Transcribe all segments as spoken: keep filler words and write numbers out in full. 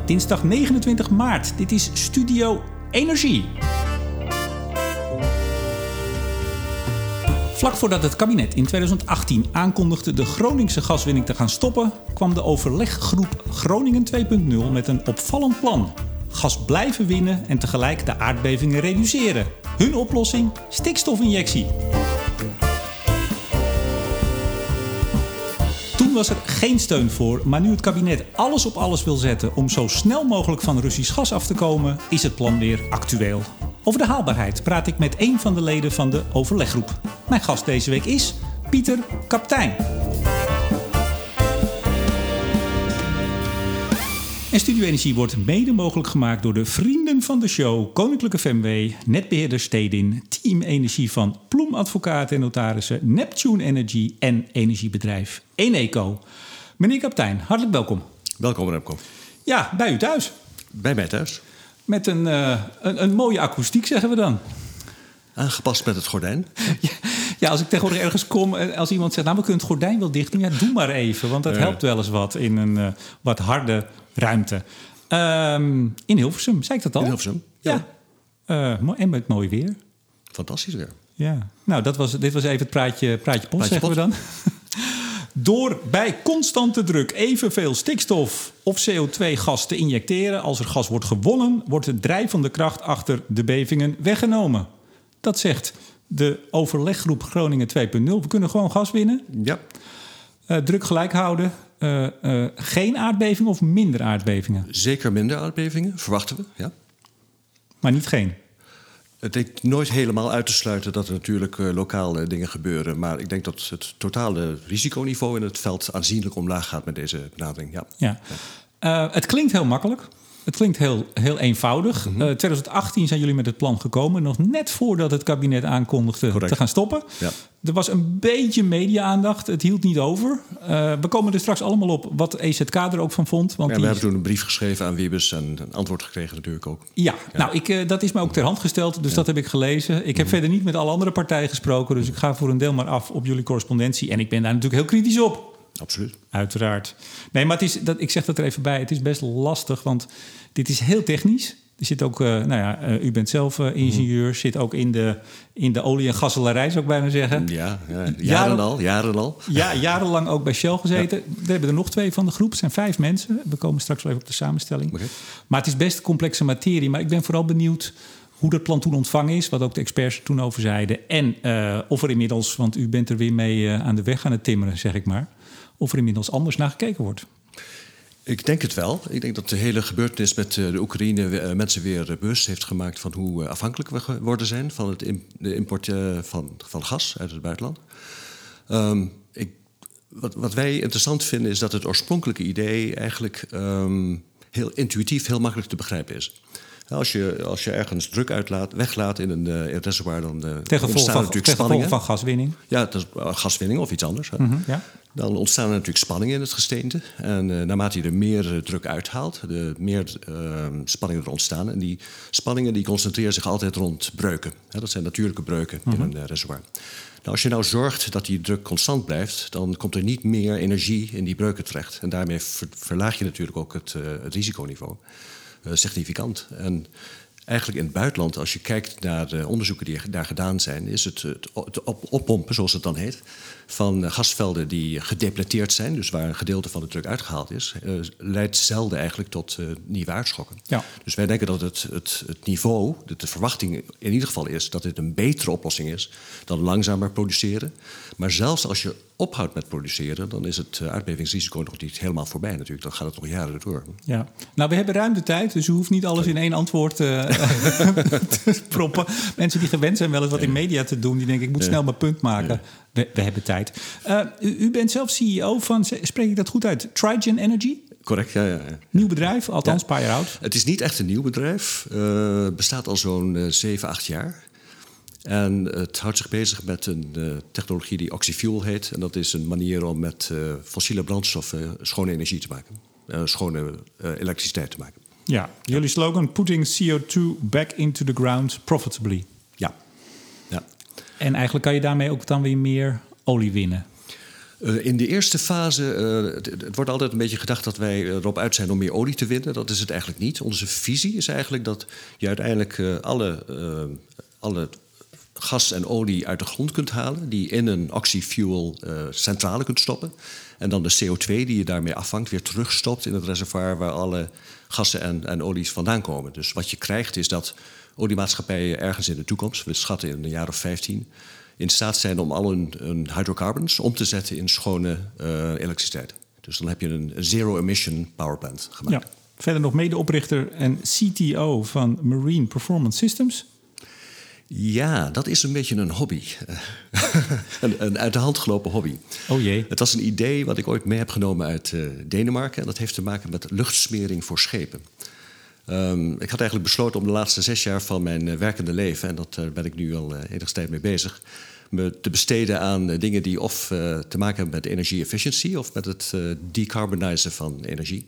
dinsdag negenentwintig maart. Dit is Studio Energie. Vlak voordat het kabinet in tweeduizend achttien aankondigde de Groningse gaswinning te gaan stoppen, kwam de overleggroep Groningen twee punt nul met een opvallend plan. Gas blijven winnen en tegelijk de aardbevingen reduceren. Hun oplossing? Stikstofinjectie. Toen was er geen steun voor, maar nu het kabinet alles op alles wil zetten om zo snel mogelijk van Russisch gas af te komen, is het plan weer actueel. Over de haalbaarheid praat ik met een van de leden van de overleggroep. Mijn gast deze week is Pieter Kaptein. En Studio Energie wordt mede mogelijk gemaakt door de vrienden van de show, Koninklijke F M W, Netbeheerder Stedin, Team Energie van Ploem Advocaten en Notarissen, Neptune Energy en energiebedrijf Eneco. Meneer Kaptein, hartelijk welkom. Welkom, Remco. Ja, bij u thuis. Bij mij thuis. Met een, uh, een, een mooie akoestiek, zeggen we dan. Aangepast met het gordijn. Ja, ja, als ik tegenwoordig ergens kom, als iemand zegt, nou, we kunnen het gordijn wel dicht doen. Ja, doe maar even, want dat uh. helpt wel eens wat in een uh, wat harde ruimte. Um, in Hilversum, zei ik dat al? In Hilversum, ja. ja. Uh, en met mooi weer. Fantastisch weer. Ja, nou, dat was, dit was even het praatje, praatje post, zeggen we dan. Door bij constante druk evenveel stikstof of C O twee gas te injecteren als er gas wordt gewonnen, wordt de drijvende kracht achter de bevingen weggenomen. Dat zegt de overleggroep Groningen twee punt nul. We kunnen gewoon gas winnen. Ja. Uh, druk gelijk houden. Uh, uh, geen aardbevingen of minder aardbevingen? Zeker minder aardbevingen, verwachten we, ja. Maar niet geen? Het is nooit helemaal uit te sluiten dat er natuurlijk uh, lokaal uh, dingen gebeuren. Maar ik denk dat het totale risiconiveau in het veld aanzienlijk omlaag gaat met deze benadering. Ja. Ja. Uh, het klinkt heel makkelijk. Het klinkt heel, heel eenvoudig. Mm-hmm. Uh, twintig achttien zijn jullie met het plan gekomen. Nog net voordat het kabinet aankondigde Correct. te gaan stoppen. Ja. Er was een beetje media-aandacht. Het hield niet over. Uh, we komen er straks allemaal op wat E Z K er ook van vond. Want ja, die... we hebben toen een brief geschreven aan Wiebes en een antwoord gekregen natuurlijk ook. Ja, ja. nou, ik, uh, dat is me ook ter hand gesteld. Dus ja. dat heb ik gelezen. Ik heb mm-hmm. verder niet met alle andere partijen gesproken. Dus ik ga voor een deel maar af op jullie correspondentie. En ik ben daar natuurlijk heel kritisch op. Absoluut. Uiteraard. Nee, maar het is, dat, ik zeg dat er even bij. Het is best lastig, want dit is heel technisch. Er zit ook, uh, nou ja, uh, u bent zelf uh, ingenieur, mm-hmm. zit ook in de, in de olie- en gasselarij, zou ik bijna zeggen. Ja, ja jaren, jaren al, jaren al. Ja, jarenlang ook bij Shell gezeten. Ja. We hebben er nog twee van de groep. Het zijn vijf mensen. We komen straks wel even op de samenstelling. Okay. Maar het is best complexe materie. Maar ik ben vooral benieuwd hoe dat plan toen ontvangen is, wat ook de experts er toen over zeiden. En uh, of er inmiddels, want u bent er weer mee uh, aan de weg aan het timmeren, zeg ik maar, of er inmiddels anders naar gekeken wordt. Ik denk het wel. Ik denk dat de hele gebeurtenis met de Oekraïne mensen weer bewust heeft gemaakt van hoe afhankelijk we geworden zijn van het de import van, van gas uit het buitenland. Um, ik, wat, wat wij interessant vinden is dat het oorspronkelijke idee eigenlijk um, heel intuïtief, heel makkelijk te begrijpen is. Als je, als je ergens druk uitlaat, weglaat in een uh, reservoir, dan uh, ontstaan er natuurlijk spanningen. Van gaswinning? Ja, dat is uh, gaswinning of iets anders. Mm-hmm, ja. Dan ontstaan er natuurlijk spanningen in het gesteente. En uh, naarmate je er meer uh, druk uithaalt, de meer uh, spanningen er ontstaan. En die spanningen die concentreren zich altijd rond breuken. Ja, dat zijn natuurlijke breuken mm-hmm. in een uh, reservoir. Nou, als je nou zorgt dat die druk constant blijft, dan komt er niet meer energie in die breuken terecht. En daarmee ver- verlaag je natuurlijk ook het, uh, het risiconiveau. Uh, significant. En eigenlijk in het buitenland, als je kijkt naar de onderzoeken die daar gedaan zijn, is het het oppompen, zoals het dan heet, van gasvelden die gedepleteerd zijn, dus waar een gedeelte van de druk uitgehaald is, uh, leidt zelden eigenlijk tot uh, nieuwe aardschokken. Ja. Dus wij denken dat het, het, het niveau, dat de verwachting in ieder geval is dat dit een betere oplossing is dan langzamer produceren. Maar zelfs als je ophoudt met produceren, dan is het aardbevingsrisico nog niet helemaal voorbij natuurlijk. Dan gaat het nog jaren door. Ja. Nou, we hebben ruim de tijd, dus u hoeft niet alles in één antwoord uh, te proppen. Mensen die gewend zijn wel eens wat in media te doen, die denken, ik moet snel mijn punt maken. Ja. We, we hebben tijd. Uh, u, u bent zelf C E O van, spreek ik dat goed uit, Trigen Energy? Correct, ja, ja, ja. Nieuw bedrijf, althans ja. een paar jaar oud. Het is niet echt een nieuw bedrijf. Het uh, bestaat al zo'n uh, zeven, acht jaar. En het houdt zich bezig met een uh, technologie die Oxyfuel heet. En dat is een manier om met uh, fossiele brandstoffen schone energie te maken. Uh, schone uh, elektriciteit te maken. Ja, jullie slogan, putting C O two back into the ground profitably. Ja. ja. En eigenlijk kan je daarmee ook dan weer meer olie winnen. Uh, in de eerste fase, uh, het, het wordt altijd een beetje gedacht dat wij erop uit zijn om meer olie te winnen. Dat is het eigenlijk niet. Onze visie is eigenlijk dat je uiteindelijk uh, alle, uh, alle gas en olie uit de grond kunt halen, die in een oxyfuel uh, centrale kunt stoppen. En dan de C O twee die je daarmee afvangt weer terugstopt in het reservoir waar alle gassen en, en olies vandaan komen. Dus wat je krijgt is dat oliemaatschappijen ergens in de toekomst, we schatten in een jaar of vijftien, in staat zijn om al hun, hun hydrocarbons om te zetten in schone uh, elektriciteit. Dus dan heb je een zero-emission powerplant gemaakt. Ja. Verder nog medeoprichter en C T O van Marine Performance Systems. Ja, dat is een beetje een hobby. een, een uit de hand gelopen hobby. Oh jee. Het was een idee wat ik ooit mee heb genomen uit uh, Denemarken. En dat heeft te maken met luchtsmering voor schepen. Um, ik had eigenlijk besloten om de laatste zes jaar van mijn uh, werkende leven, en dat uh, ben ik nu al uh, enige tijd mee bezig, me te besteden aan uh, dingen die of uh, te maken hebben met energie-efficiëntie of met het uh, decarbonizen van energie.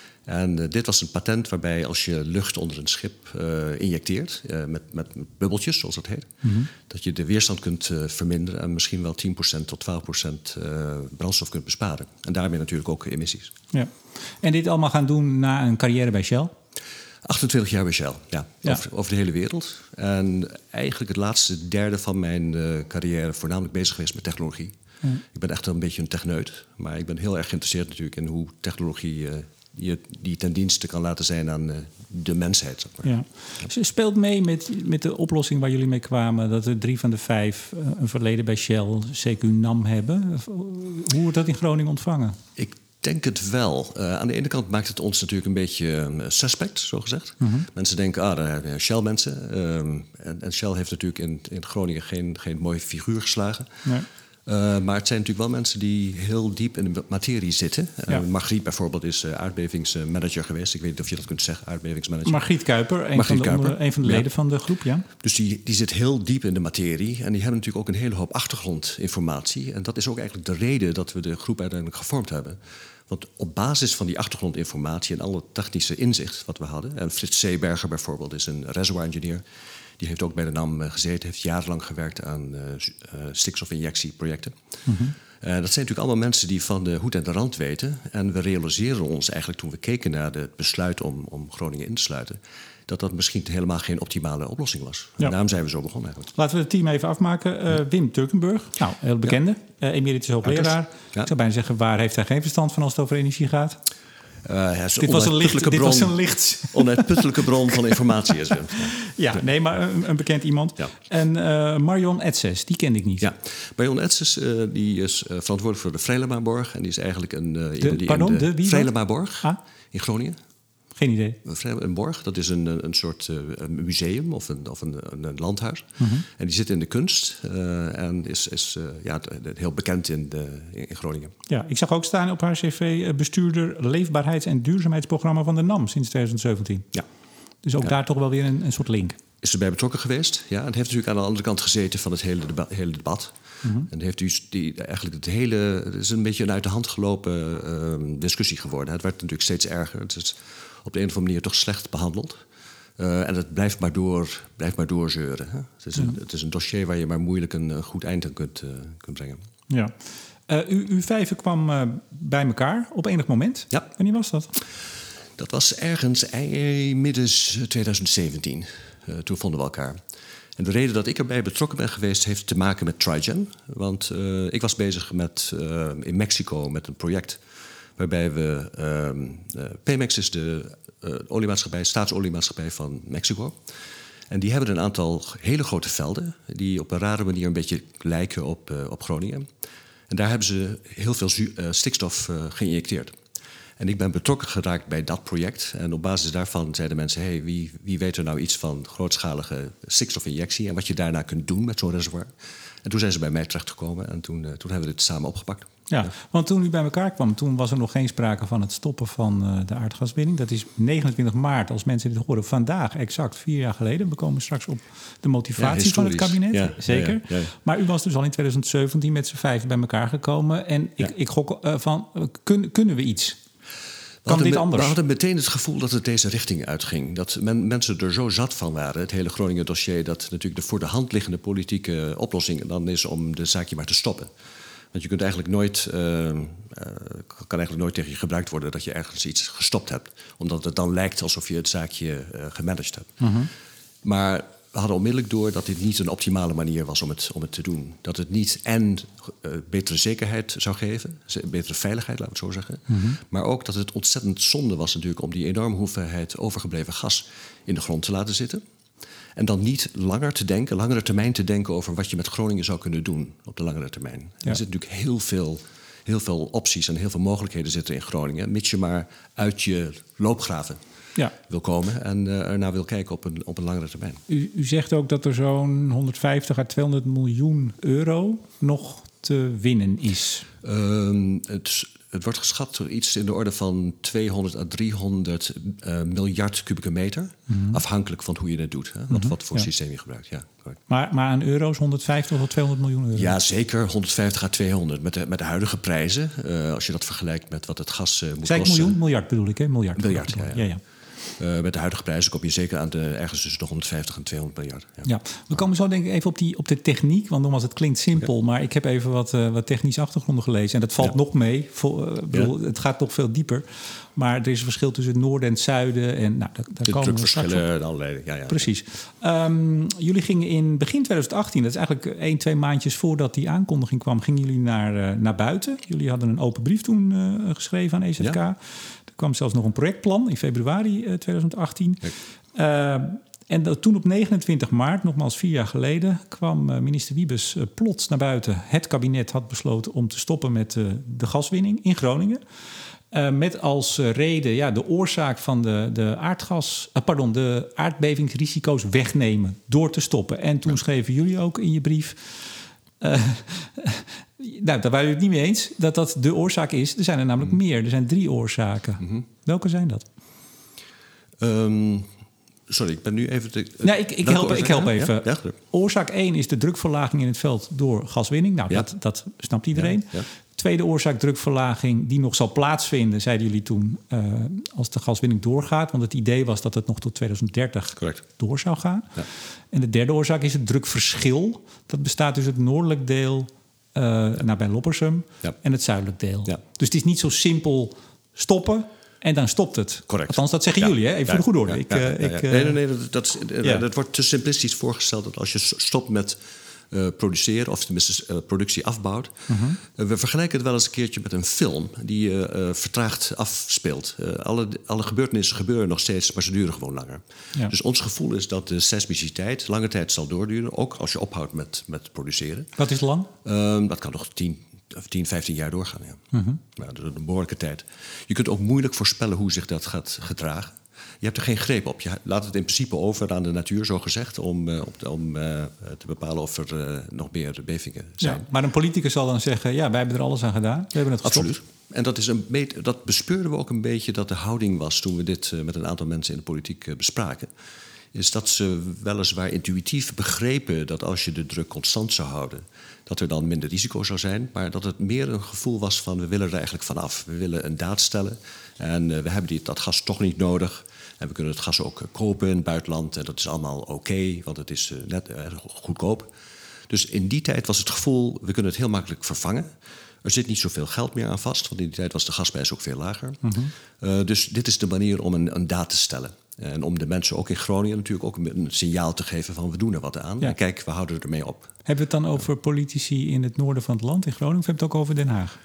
En uh, dit was een patent waarbij als je lucht onder een schip uh, injecteert, uh, met, met, met bubbeltjes, zoals dat heet, mm-hmm. dat je de weerstand kunt uh, verminderen en misschien wel tien procent tot twaalf procent uh, brandstof kunt besparen. En daarmee natuurlijk ook emissies. Ja. En dit allemaal gaan doen na een carrière bij Shell? achtentwintig jaar bij Shell, ja. ja. Over, over de hele wereld. En eigenlijk het laatste derde van mijn uh, carrière voornamelijk bezig geweest met technologie. Mm. Ik ben echt een beetje een techneut. Maar ik ben heel erg geïnteresseerd natuurlijk in hoe technologie Uh, je die ten dienste kan laten zijn aan uh, de mensheid. Zeg maar. Ja. Ze speelt mee met, met de oplossing waar jullie mee kwamen, dat er drie van de vijf uh, een verleden bij Shell, C Q NAM hebben. Hoe wordt dat in Groningen ontvangen? Ik denk het wel. Uh, aan de ene kant maakt het ons natuurlijk een beetje uh, suspect, zogezegd. Mm-hmm. Mensen denken, ah, daar hebben Shell-mensen. Um, en, en Shell heeft natuurlijk in, in Groningen geen, geen mooie figuur geslagen. Nee. Uh, maar het zijn natuurlijk wel mensen die heel diep in de materie zitten. Ja. Uh, Margriet bijvoorbeeld is uh, aardbevingsmanager geweest. Ik weet niet of je dat kunt zeggen, aardbevingsmanager. Margriet Kuiper, een, Margriet van, de Kuiper. Onder, een van de leden ja. van de groep, ja. Dus die, die zit heel diep in de materie. En die hebben natuurlijk ook een hele hoop achtergrondinformatie. En dat is ook eigenlijk de reden dat we de groep uiteindelijk gevormd hebben. Want op basis van die achtergrondinformatie en alle technische inzicht wat we hadden. En Frits Zeeberger bijvoorbeeld is een reservoir engineer. Die heeft ook bij de NAM gezeten, heeft jarenlang gewerkt aan uh, uh, stikstofinjectieprojecten. Mm-hmm. Uh, dat zijn natuurlijk allemaal mensen die van de hoed en de rand weten. En we realiseren ons eigenlijk toen we keken naar het besluit om, om Groningen in te sluiten, dat dat misschien helemaal geen optimale oplossing was. Ja. En daarom zijn we zo begonnen eigenlijk. Laten we het team even afmaken. Uh, Wim Turkenburg, nou, heel bekende, ja. uh, emeritus hoogleraar. Ja. Ik zou bijna zeggen, waar heeft hij geen verstand van als het over energie gaat? Uh, ja, dit, was een licht, bron, dit was een licht... onuitputtelijke bron van informatie is het. Ja, ja, nee, maar een, een bekend iemand. Ja. En uh, Marion Etzes, die kende ik niet. Ja, Marion Etzes uh, die is uh, verantwoordelijk voor de Vrijlemaborg. En die is eigenlijk een... Uh, de, die pardon, in de, de wie? Vrijlemaborg ah? in Groningen. Geen idee. Een borg, dat is een, een soort uh, museum of een, of een, een landhuis. Mm-hmm. En die zit in de kunst uh, en is, is uh, ja, heel bekend in, de, in Groningen. Ja, ik zag ook staan op haar cv bestuurder leefbaarheids- en duurzaamheidsprogramma van de NAM sinds twintig zeventien. Ja. Dus ook ja. daar toch wel weer een, een soort link. Is erbij betrokken geweest, ja. En heeft natuurlijk aan de andere kant gezeten van het hele, deba- hele debat. Mm-hmm. En heeft dus die, eigenlijk het hele... Het is een beetje een uit de hand gelopen uh, discussie geworden. Het werd natuurlijk steeds erger. Het is op de een of andere manier toch slecht behandeld. Uh, en het blijft maar, door, blijft maar doorzeuren. Hè? Het, is een, ja. het is een dossier waar je maar moeilijk een, een goed eind aan kunt, uh, kunt brengen. Ja. Uh, u, u vijven kwam uh, bij elkaar op enig moment. Ja. Wanneer was dat? Dat was ergens midden twintig zeventien. Uh, toen vonden we elkaar. En de reden dat ik erbij betrokken ben geweest heeft te maken met Trigen. Want uh, ik was bezig met, uh, in Mexico met een project waarbij we... Uh, uh, Pemex is de uh, oliemaatschappij, staatsoliemaatschappij van Mexico. En die hebben een aantal hele grote velden die op een rare manier een beetje lijken op, uh, op Groningen. En daar hebben ze heel veel zu- uh, stikstof uh, geïnjecteerd. En ik ben betrokken geraakt bij dat project. En op basis daarvan zeiden mensen... hey, wie, wie weet er nou iets van grootschalige stikstofinjectie... en wat je daarna kunt doen met zo'n reservoir. En toen zijn ze bij mij terechtgekomen en toen, uh, toen hebben we dit samen opgepakt. Ja, ja, want toen u bij elkaar kwam... toen was er nog geen sprake van het stoppen van uh, de aardgaswinning. Dat is negenentwintig maart, als mensen dit horen. Vandaag, exact vier jaar geleden. We komen straks op de motivatie ja, van het kabinet. Ja, zeker. Ja, ja, ja. Maar u was dus al in twintig zeventien met z'n vijf bij elkaar gekomen. En ja. ik, ik gok uh, van, uh, kun, kunnen we iets... We hadden, dit anders? we hadden meteen het gevoel dat het deze richting uitging. Dat men, mensen er zo zat van waren, het hele Groningen dossier... dat natuurlijk de voor de hand liggende politieke oplossing dan is om de zaakje maar te stoppen. Want je kunt eigenlijk nooit, uh, uh, kan eigenlijk nooit tegen je gebruikt worden dat je ergens iets gestopt hebt. Omdat het dan lijkt alsof je het zaakje uh, gemanaged hebt. Uh-huh. Maar we hadden onmiddellijk door dat dit niet een optimale manier was om het, om het te doen. Dat het niet en uh, betere zekerheid zou geven, betere veiligheid, laten we het zo zeggen. Mm-hmm. Maar ook dat het ontzettend zonde was natuurlijk om die enorme hoeveelheid overgebleven gas in de grond te laten zitten. En dan niet langer te denken, langere termijn te denken over wat je met Groningen zou kunnen doen op de langere termijn. Ja. Er zitten natuurlijk heel veel, heel veel opties en heel veel mogelijkheden zitten in Groningen, mits je maar uit je loopgraven Ja. wil komen en uh, ernaar wil kijken op een, op een langere termijn. U, u zegt ook dat er zo'n honderdvijftig à tweehonderd miljoen euro nog te winnen is. Um, het, het wordt geschat door iets in de orde van tweehonderd à driehonderd uh, miljard kubieke meter. Mm-hmm. Afhankelijk van hoe je het doet. Hè? Wat, mm-hmm. wat voor ja. systeem je gebruikt. Ja, maar, maar aan euro's honderdvijftig tot tweehonderd miljoen euro? Ja, zeker honderdvijftig à tweehonderd. Met de, met de huidige prijzen. Uh, als je dat vergelijkt met wat het gas uh, moet Zei kosten. Miljoen? Miljard bedoel ik, hè? Miljard. Miljard, ja. ja. ja, ja. Uh, met de huidige prijzen kom je zeker aan de, ergens tussen de honderdvijftig en tweehonderd miljard. Ja. ja, we komen zo denk ik even op, die, op de techniek. Want nogmaals, het klinkt simpel. Ja. Maar ik heb even wat, uh, wat technische achtergronden gelezen. En dat valt ja. nog mee. Vol, uh, bedoel, ja. Het gaat nog veel dieper. Maar er is een verschil tussen het noorden en het zuiden. En, nou, daar, daar de komen drukverschillen en allerlei. Ja, ja. Precies. Um, jullie gingen in begin twintig achttien, dat is eigenlijk één, twee maandjes voordat die aankondiging kwam, gingen jullie naar, uh, naar buiten. Jullie hadden een open brief toen uh, geschreven aan E Z K. Ja. Er kwam zelfs nog een projectplan in februari uh, twintig achttien. Uh, en dat, toen op negenentwintig maart, nogmaals vier jaar geleden, kwam uh, minister Wiebes uh, plots naar buiten. Het kabinet had besloten om te stoppen met uh, de gaswinning in Groningen. Uh, met als uh, reden ja, de oorzaak van de, de, aardgas, uh, pardon, de aardbevingsrisico's wegnemen door te stoppen. En toen schreven jullie ook in je brief, Uh, nou, daar waren jullie het niet mee eens dat dat de oorzaak is. Er zijn er namelijk mm. meer. Er zijn drie oorzaken. Mm-hmm. Welke zijn dat? Um, sorry, ik ben nu even... Te, uh, nee, ik, ik, help, ik help even. Ja? Ja, oorzaak één is de drukverlaging in het veld door gaswinning. Nou, ja. dat, dat snapt iedereen. Ja, ja. Tweede oorzaak, drukverlaging, die nog zal plaatsvinden, zeiden jullie toen, uh, als de gaswinning doorgaat. Want het idee was dat het nog tot twintig dertig Correct. Door zou gaan. Ja. En de derde oorzaak is het drukverschil. Dat bestaat dus het noordelijk deel uh, ja. nabij Loppersum ja. en het zuidelijk deel. Ja. Dus het is niet zo simpel stoppen en dan stopt het. Correct. Althans, dat zeggen ja. jullie, hè? Even ja. voor de goede orde. Ja. Ik, Ja. Uh, Ja. Ja. ik, uh, nee, nee, nee, dat, dat, ja. dat wordt te simplistisch voorgesteld dat als je stopt met Uh, produceren, of tenminste uh, productie afbouwt. Uh-huh. Uh, we vergelijken het wel eens een keertje met een film die uh, uh, vertraagd afspeelt. Uh, alle, alle gebeurtenissen gebeuren nog steeds, maar ze duren gewoon langer. Ja. Dus ons gevoel is dat de seismiciteit lange tijd zal doorduren, ook als je ophoudt met, met produceren. Wat is lang? Uh, dat kan nog tien, tien, vijftien jaar doorgaan. Ja. Uh-huh. Nou, dat is een behoorlijke tijd. Je kunt ook moeilijk voorspellen hoe zich dat gaat gedragen. Je hebt er geen greep op. Je laat het in principe over aan de natuur, zo gezegd, om, uh, op de, om uh, te bepalen of er uh, nog meer bevingen zijn. Ja, maar een politicus zal dan zeggen, ja, wij hebben er alles aan gedaan. We hebben het gestopt. Absoluut. En dat, is een beetje, dat bespeurden we ook een beetje dat de houding was toen we dit uh, met een aantal mensen in de politiek uh, bespraken. Is dat ze weliswaar intuïtief begrepen dat als je de druk constant zou houden, dat er dan minder risico zou zijn. Maar dat het meer een gevoel was van, we willen er eigenlijk vanaf. We willen een daad stellen. En uh, we hebben die, dat gas toch niet nodig. En we kunnen het gas ook kopen in het buitenland. En dat is allemaal oké, okay, want het is uh, net uh, goedkoop. Dus in die tijd was het gevoel, we kunnen het heel makkelijk vervangen. Er zit niet zoveel geld meer aan vast, want in die tijd was de gasprijs ook veel lager. Mm-hmm. Uh, dus dit is de manier om een, een daad te stellen. En om de mensen ook in Groningen natuurlijk ook een signaal te geven van, we doen er wat aan. Ja. En kijk, we houden ermee op. Hebben we het dan over politici in het noorden van het land, in Groningen, of hebben we het ook over Den Haag?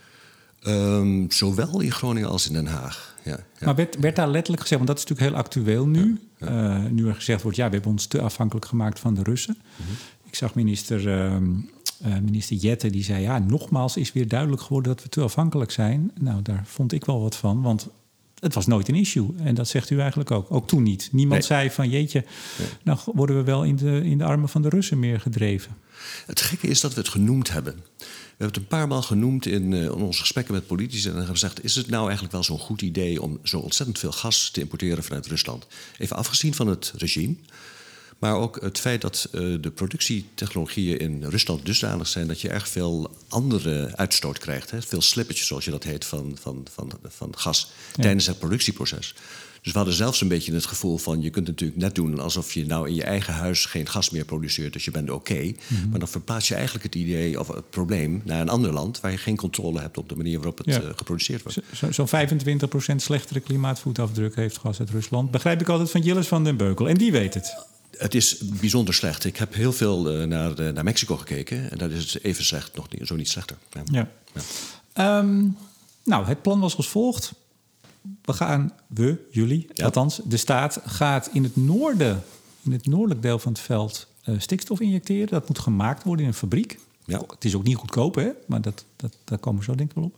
Um, zowel in Groningen als in Den Haag. Ja, ja. Maar werd, werd daar letterlijk gezegd, want dat is natuurlijk heel actueel nu. Ja, ja. Uh, nu er gezegd wordt, ja, we hebben ons te afhankelijk gemaakt van de Russen. Mm-hmm. Ik zag minister, uh, uh, minister Jette, die zei, ja, nogmaals is weer duidelijk geworden dat we te afhankelijk zijn. Nou, daar vond ik wel wat van, want het was nooit een issue. En dat zegt u eigenlijk ook. Ook toen niet. Niemand nee. zei van, jeetje, nee. nou worden we wel in de, in de armen van de Russen meer gedreven. Het gekke is dat we het genoemd hebben. We hebben het een paar maal genoemd in, uh, in onze gesprekken met politici. En dan hebben we gezegd, is het nou eigenlijk wel zo'n goed idee om zo ontzettend veel gas te importeren vanuit Rusland? Even afgezien van het regime. Maar ook het feit dat uh, de productietechnologieën in Rusland dusdanig zijn dat je erg veel andere uitstoot krijgt. Hè? Veel slippage, zoals je dat heet, van, van, van, van gas ja. tijdens het productieproces. Dus we hadden zelfs een beetje het gevoel van... je kunt natuurlijk net doen alsof je nou in je eigen huis geen gas meer produceert. Dus je bent oké. Okay, mm-hmm. Maar dan verplaats je eigenlijk het idee of het probleem naar een ander land... waar je geen controle hebt op de manier waarop het ja. uh, geproduceerd wordt. Zo'n zo vijfentwintig procent slechtere klimaatvoetafdruk heeft gas uit Rusland. Begrijp ik altijd van Jillis van den Beukel. En die weet het. Het is bijzonder slecht. Ik heb heel veel uh, naar, uh, naar Mexico gekeken. En daar is het even slecht, nog niet, zo niet slechter. Ja. Ja. Ja. Um, nou, het plan was als volgt. We gaan, we, jullie, ja. althans, de staat gaat in het noorden, in het noordelijk deel van het veld, uh, stikstof injecteren. Dat moet gemaakt worden in een fabriek. Ja. Het is ook niet goedkoop, hè? Maar dat, dat, daar komen we zo denk ik wel op.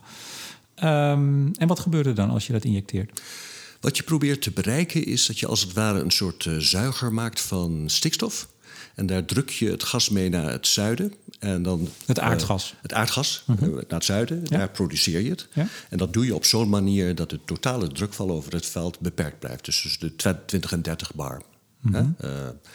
Um, en wat gebeurt er dan als je dat injecteert? Wat je probeert te bereiken is dat je als het ware een soort uh, zuiger maakt van stikstof. En daar druk je het gas mee naar het zuiden. En dan, het aardgas. Uh, het aardgas, uh-huh. uh, naar het zuiden. Ja. Daar produceer je het. Ja. En dat doe je op zo'n manier dat de totale drukval over het veld beperkt blijft. Dus tussen de twintig en dertig bar. Uh-huh. Uh,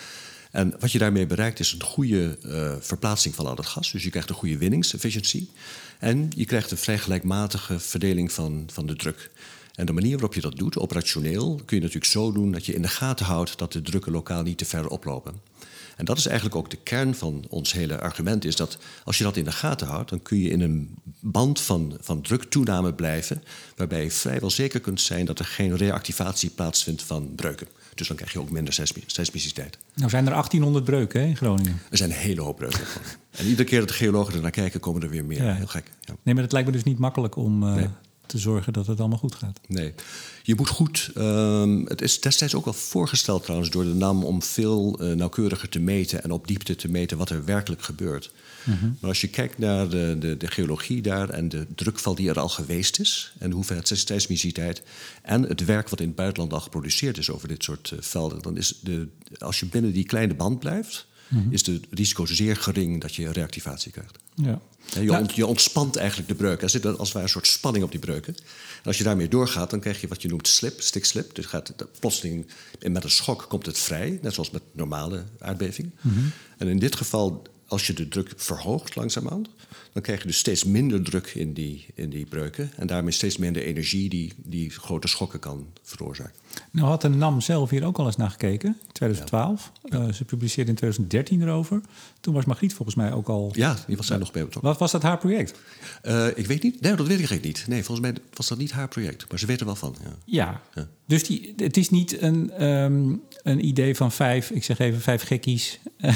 en wat je daarmee bereikt is een goede uh, verplaatsing van al het gas. Dus je krijgt een goede winningsefficiëntie. En je krijgt een vrij gelijkmatige verdeling van, van de druk. En de manier waarop je dat doet, operationeel, kun je natuurlijk zo doen dat je in de gaten houdt dat de drukken lokaal niet te ver oplopen. En dat is eigenlijk ook de kern van ons hele argument, is dat als je dat in de gaten houdt, dan kun je in een band van, van druktoename blijven, waarbij je vrijwel zeker kunt zijn dat er geen reactivatie plaatsvindt van breuken. Dus dan krijg je ook minder seismiciteit. Nou zijn er achttienhonderd breuken hè, in Groningen. Er zijn een hele hoop breuken. En iedere keer dat de geologen er naar kijken, komen er weer meer. Ja. Heel gek. Ja. Nee, maar het lijkt me dus niet makkelijk om... Uh... Nee. te zorgen dat het allemaal goed gaat. Nee, je moet goed... Um, het is destijds ook al voorgesteld trouwens door de N A M... om veel uh, nauwkeuriger te meten en op diepte te meten wat er werkelijk gebeurt. Mm-hmm. Maar als je kijkt naar de, de, de geologie daar en de drukval die er al geweest is... en de hoeveelheid seismiciteit en het werk wat in het buitenland al geproduceerd is... over dit soort uh, velden, dan is de, als je binnen die kleine band blijft... Mm-hmm. is het risico zeer gering dat je reactivatie krijgt. Ja. Je, ont, je ontspant eigenlijk de breuken. Er zit als het ware een soort spanning op die breuken. En als je daarmee doorgaat, dan krijg je wat je noemt slip, stikslip. Dus gaat de, plotseling met een schok komt het vrij, net zoals met normale aardbevingen. Mm-hmm. En in dit geval, als je de druk verhoogt langzamerhand, dan krijg je dus steeds minder druk in die, in die breuken. En daarmee steeds minder energie die, die grote schokken kan veroorzaken. Nou had de N A M zelf hier ook al eens naar gekeken, in twintig twaalf. Ja. Ja. Uh, ze publiceerde in twintig dertien erover. Toen was Margriet volgens mij ook al... Ja, die was zij nog bij betrokken. Wat was dat haar project? Uh, ik weet niet. Nee, dat weet ik eigenlijk niet. Nee, volgens mij was dat niet haar project. Maar ze weet er wel van. Ja, ja. ja. Dus die, het is niet een, um, een idee van vijf, ik zeg even vijf gekkies...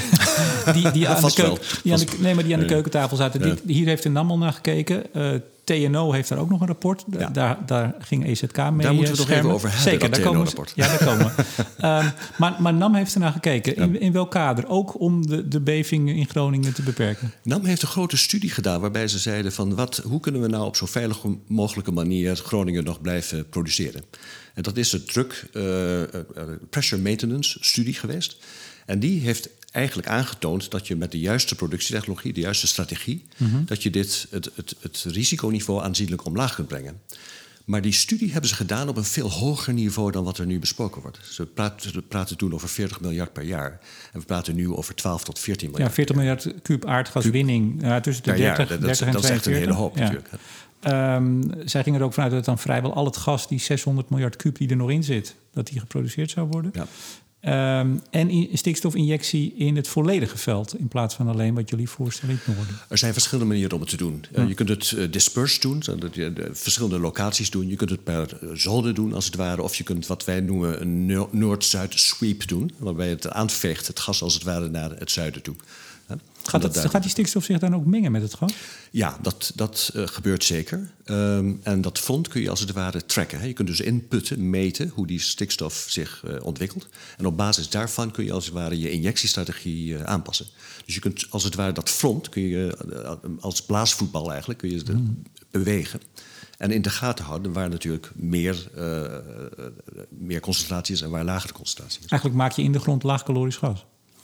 die, die aan, de, keuken, die aan de, nee, maar die aan de keukentafel zaten. Ja. Die, hier heeft de N A M al naar gekeken. Uh, T N O heeft daar ook nog een rapport. Ja. Daar, daar ging E Z K mee. Daar moeten we het nog even over hebben. Zeker, daar komen we. Ja, daar komen we. um, maar, maar N A M heeft er naar gekeken. Ja. In, in welk kader? Ook om de, de beving in Groningen te beperken? N A M heeft een grote studie gedaan waarbij ze zeiden van wat, hoe kunnen we nou op zo veilig mogelijke manier Groningen nog blijven produceren. En dat is de druk uh, uh, pressure maintenance studie geweest. En die heeft eigenlijk aangetoond dat je met de juiste productietechnologie, de juiste strategie, mm-hmm. dat je dit, het, het, het risiconiveau aanzienlijk omlaag kunt brengen. Maar die studie hebben ze gedaan op een veel hoger niveau dan wat er nu besproken wordt. Ze praten, ze praten toen over veertig miljard per jaar. En we praten nu over twaalf tot veertien miljard. Ja, veertig miljard kuub aardgaswinning uh, tussen de dertig, dat, dertig en dat tweeënveertig. Dat is echt een hele hoop ja. natuurlijk. Um, zij gingen er ook vanuit dat dan vrijwel al het gas, die zeshonderd miljard kuub die er nog in zit, dat die geproduceerd zou worden. Ja. Um, en in, stikstofinjectie in het volledige veld, in plaats van alleen wat jullie voorstellen in het noorden. Er zijn verschillende manieren om het te doen. Ja. Uh, je kunt het uh, dispersed doen, dat je uh, verschillende locaties doen. Je kunt het per zone doen, als het ware. Of je kunt wat wij noemen een Noord-Zuid sweep doen, waarbij het aanveegt, het gas als het ware naar het zuiden toe. Ja. Gaat, het, gaat die stikstof zich dan ook mengen met het gas? Ja, dat, dat uh, gebeurt zeker. Um, en dat front kun je als het ware tracken. Hè. Je kunt dus inputten, meten hoe die stikstof zich uh, ontwikkelt. En op basis daarvan kun je als het ware je injectiestrategie uh, aanpassen. Dus je kunt als het ware dat front, kun je uh, als blaasvoetbal eigenlijk, kun je het mm. bewegen. En in de gaten houden waar natuurlijk meer, uh, uh, meer concentratie is en waar lagere concentratie is. Eigenlijk maak je in de grond laagcalorisch gas.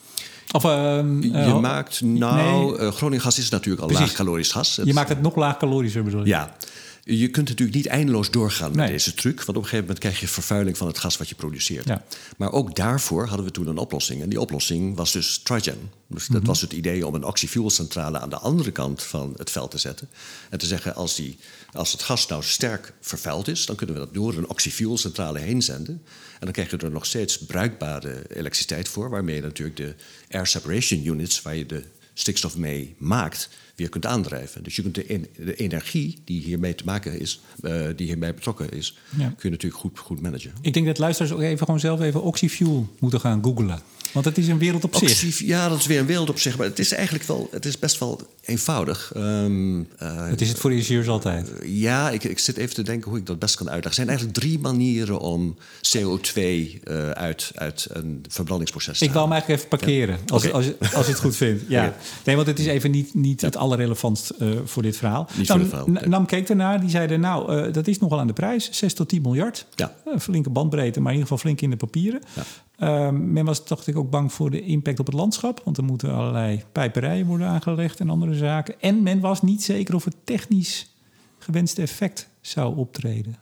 Of, uh, je uh, maakt, nou, nee. uh, Groningengas is natuurlijk al laagcalorisch gas. Je het, maakt het nog laagcalorischer, bedoel je? Ja. Je kunt natuurlijk niet eindeloos doorgaan met Nee. deze truc. Want op een gegeven moment krijg je vervuiling van het gas wat je produceert. Ja. Maar ook daarvoor hadden we toen een oplossing. En die oplossing was dus Trigen. Dus dat Mm-hmm. was het idee om een oxyfuelcentrale aan de andere kant van het veld te zetten. En te zeggen, als, die, als het gas nou sterk vervuild is, dan kunnen we dat door een oxyfuelcentrale heen zenden. En dan krijg je er nog steeds bruikbare elektriciteit voor, waarmee je natuurlijk de air separation units, waar je de stikstof mee maakt, weer kunt aandrijven. Dus je kunt de, en, de energie die hiermee te maken is, uh, die hierbij betrokken is, Ja. kun je natuurlijk goed, goed managen. Ik denk dat luisteraars ook even gewoon zelf even oxyfuel moeten gaan googlen. Want het is een wereld op zich. Oxy, ja, dat is weer een wereld op zich. Maar het is eigenlijk wel, het is best wel eenvoudig. Um, uh, Het is het voor ingenieurs altijd. Uh, ja, ik, ik zit even te denken hoe ik dat best kan uitleggen. Er zijn eigenlijk drie manieren om C O twee uh, uit, uit een verbrandingsproces te Ik wou hem halen. eigenlijk even parkeren, ja. als, Okay. als, als je het goed vindt. Ja. Okay. Nee, want het is even niet, niet Ja. het allerrelevantst uh, voor dit verhaal. Niet nou, voor het verhaal, nee. Nam keek ernaar, die zeiden, nou, uh, dat is nogal aan de prijs. zes tot tien miljard. Ja. Uh, flinke bandbreedte, maar in ieder geval flink in de papieren. Ja. Uh, men was dacht ik ook bang voor de impact op het landschap. Want er moeten allerlei pijperijen worden aangelegd en andere zaken. En men was niet zeker of het technisch gewenste effect zou optreden.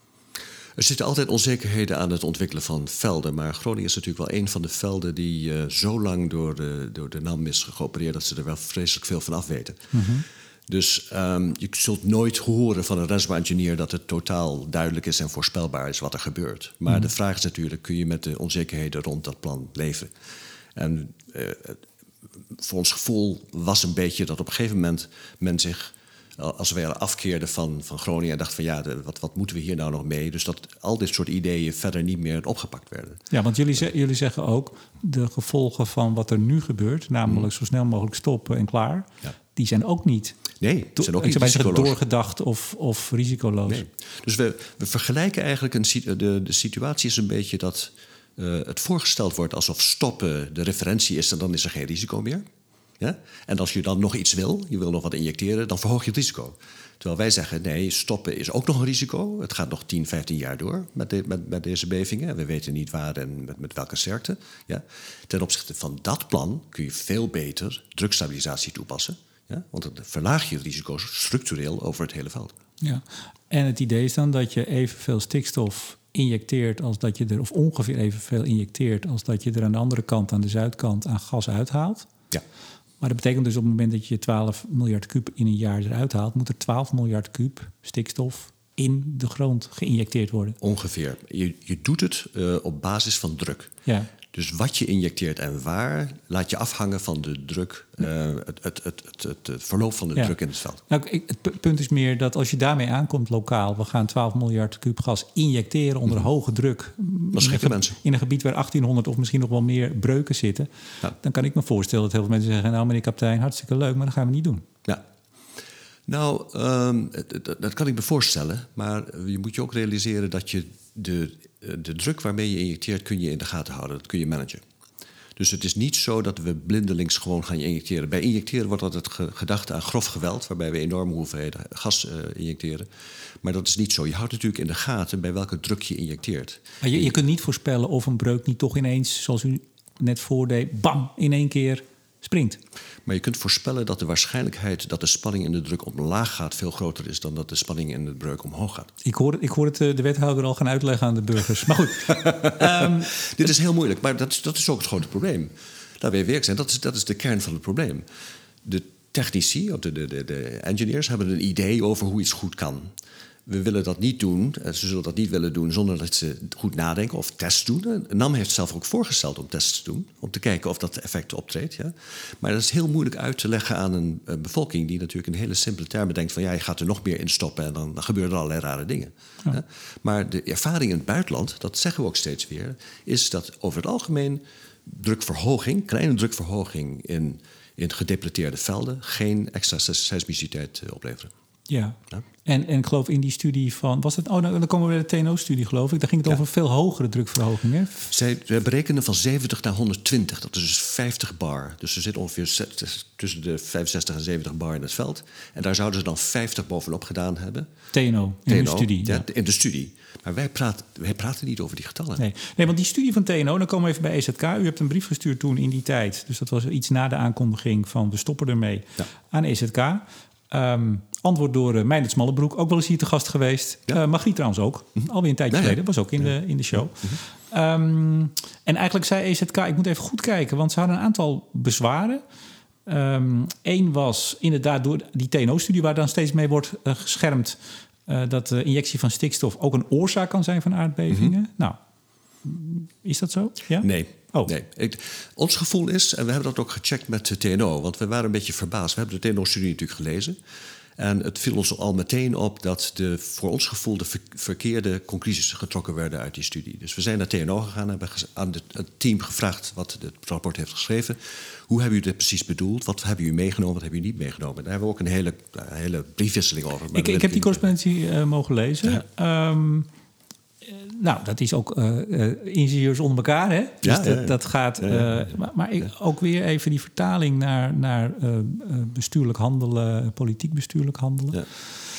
Er zitten altijd onzekerheden aan het ontwikkelen van velden. Maar Groningen is natuurlijk wel een van de velden die uh, zo lang door de, door de N A M is geopereerd dat ze er wel vreselijk veel van af weten. Mm-hmm. Dus um, je zult nooit horen van een reservoir engineer dat het totaal duidelijk is en voorspelbaar is wat er gebeurt. Maar mm-hmm. de vraag is natuurlijk, kun je met de onzekerheden rond dat plan leven? En uh, voor ons gevoel was een beetje dat op een gegeven moment men zich, als we afkeerden van, van Groningen en dachten van ja, de, wat, wat moeten we hier nou nog mee? Dus dat al dit soort ideeën verder niet meer opgepakt werden. Ja, want jullie, ze, jullie zeggen ook, de gevolgen van wat er nu gebeurt, namelijk mm. zo snel mogelijk stoppen en klaar, ja. die zijn ook niet... Nee, die zijn ook niet risicoloos. Doorgedacht of, of risicoloos. Nee. Dus we, we vergelijken eigenlijk... Een, de, de situatie is een beetje dat uh, het voorgesteld wordt alsof stoppen de referentie is en dan is er geen risico meer. Ja? En als je dan nog iets wil, je wil nog wat injecteren, dan verhoog je het risico. Terwijl wij zeggen, nee, stoppen is ook nog een risico. Het gaat nog tien, vijftien jaar door met, de, met, met deze bevingen. We weten niet waar en met, met welke sterkte. Ja? Ten opzichte van dat plan kun je veel beter drukstabilisatie toepassen. Ja? Want dan verlaag je het risico structureel over het hele veld. Ja. En het idee is dan dat je evenveel stikstof injecteert als dat je er, of ongeveer evenveel injecteert als dat je er aan de andere kant, aan de zuidkant, aan gas uithaalt. Ja. Maar dat betekent dus op het moment dat je twaalf miljard kuub in een jaar eruit haalt, moet er twaalf miljard kuub stikstof in de grond geïnjecteerd worden. Ongeveer. Je, je doet het uh, op basis van druk. Ja. Dus wat je injecteert en waar, laat je afhangen van de druk, uh, het, het, het, het, het verloop van de ja. druk in het veld. Nou, ik, het punt is meer dat als je daarmee aankomt lokaal, we gaan twaalf miljard kuub gas injecteren onder mm. hoge druk. Dat schrikken mensen. In een gebied waar achttienhonderd of misschien nog wel meer breuken zitten. Ja. Dan kan ik me voorstellen dat heel veel mensen zeggen, nou meneer kapitein, hartstikke leuk, maar dat gaan we niet doen. Ja. Nou, um, dat, dat kan ik me voorstellen. Maar je moet je ook realiseren dat je de, de druk waarmee je injecteert, kun je in de gaten houden. Dat kun je managen. Dus het is niet zo dat we blindelings gewoon gaan injecteren. Bij injecteren wordt altijd gedacht aan grof geweld, waarbij we enorme hoeveelheden gas uh, injecteren. Maar dat is niet zo. Je houdt natuurlijk in de gaten bij welke druk je injecteert. Maar je, je kunt niet voorspellen of een breuk niet toch ineens, zoals u net voordeed, bam, in één keer springt. Maar je kunt voorspellen dat de waarschijnlijkheid dat de spanning in de druk omlaag gaat veel groter is dan dat de spanning in de breuk omhoog gaat. Ik hoor, ik hoor het de wethouder al gaan uitleggen aan de burgers. Maar goed. um, Dit is heel moeilijk, maar dat is, dat is ook het grote probleem. Laten we eerlijk zijn, dat is, dat is de kern van het probleem. De technici, of de, de, de, de engineers, hebben een idee over hoe iets goed kan. We willen dat niet doen, ze zullen dat niet willen doen zonder dat ze goed nadenken of tests doen. N A M heeft zelf ook voorgesteld om tests te doen, om te kijken of dat effect optreedt. Ja. Maar dat is heel moeilijk uit te leggen aan een, een bevolking die natuurlijk in hele simpele termen denkt van ja, je gaat er nog meer in stoppen en dan, dan gebeuren er allerlei rare dingen. Ja. Ja. Maar de ervaring in het buitenland, dat zeggen we ook steeds weer, is dat over het algemeen drukverhoging, kleine drukverhoging in, in gedepleteerde velden geen extra seismiciteit opleveren. Ja, ja. En, en ik geloof in die studie van... was het? Oh, nou, dan komen we bij de T N O-studie, geloof ik. Daar ging het ja. over veel hogere drukverhoging, hè? Zij berekenen van zeventig naar honderdtwintig. Dat is dus vijftig bar. Dus er zit ongeveer tussen de vijfenzestig en zeventig bar in het veld. En daar zouden ze dan vijftig bovenop gedaan hebben. T N O, in de studie. Ja, in de studie. Maar wij praten, wij praten niet over die getallen. Nee. nee, want die studie van T N O, dan komen we even bij E Z K. U hebt een brief gestuurd toen in die tijd. Dus dat was iets na de aankondiging van we stoppen ermee ja. aan E Z K. Um, antwoord door uh, Meindert Smallebroek, ook wel eens hier te gast geweest. Ja. Uh, Margriet trouwens ook, mm-hmm. alweer een tijdje nee, geleden. Was ook in, ja. de, in de show. Mm-hmm. Um, en eigenlijk zei E Z K, ik moet even goed kijken, want ze hadden een aantal bezwaren. Eén um, was inderdaad door die T N O-studie waar dan steeds mee wordt uh, geschermd, Uh, dat de injectie van stikstof ook een oorzaak kan zijn van aardbevingen. Mm-hmm. Nou, is dat zo? Ja? Nee. Oh. nee. Ik, ons gevoel is, en we hebben dat ook gecheckt met de T N O, want we waren een beetje verbaasd. We hebben de T N O-studie natuurlijk gelezen. En het viel ons al meteen op dat de, voor ons gevoel de ver, verkeerde conclusies getrokken werden uit die studie. Dus we zijn naar T N O gegaan en hebben aan het, het team gevraagd wat het rapport heeft geschreven. Hoe hebben jullie dit precies bedoeld? Wat hebben jullie meegenomen? Wat hebben jullie niet meegenomen? Daar hebben we ook een hele, een hele briefwisseling over. Ik, ik heb die correspondentie uh, mogen lezen. Ja. Um, nou, dat is ook uh, uh, ingenieurs onder elkaar, hè? Dus ja, dat, ja, ja. dat gaat... Uh, ja, ja. Maar, maar ik, ook weer even die vertaling naar, naar uh, bestuurlijk handelen, politiek bestuurlijk handelen. Ja.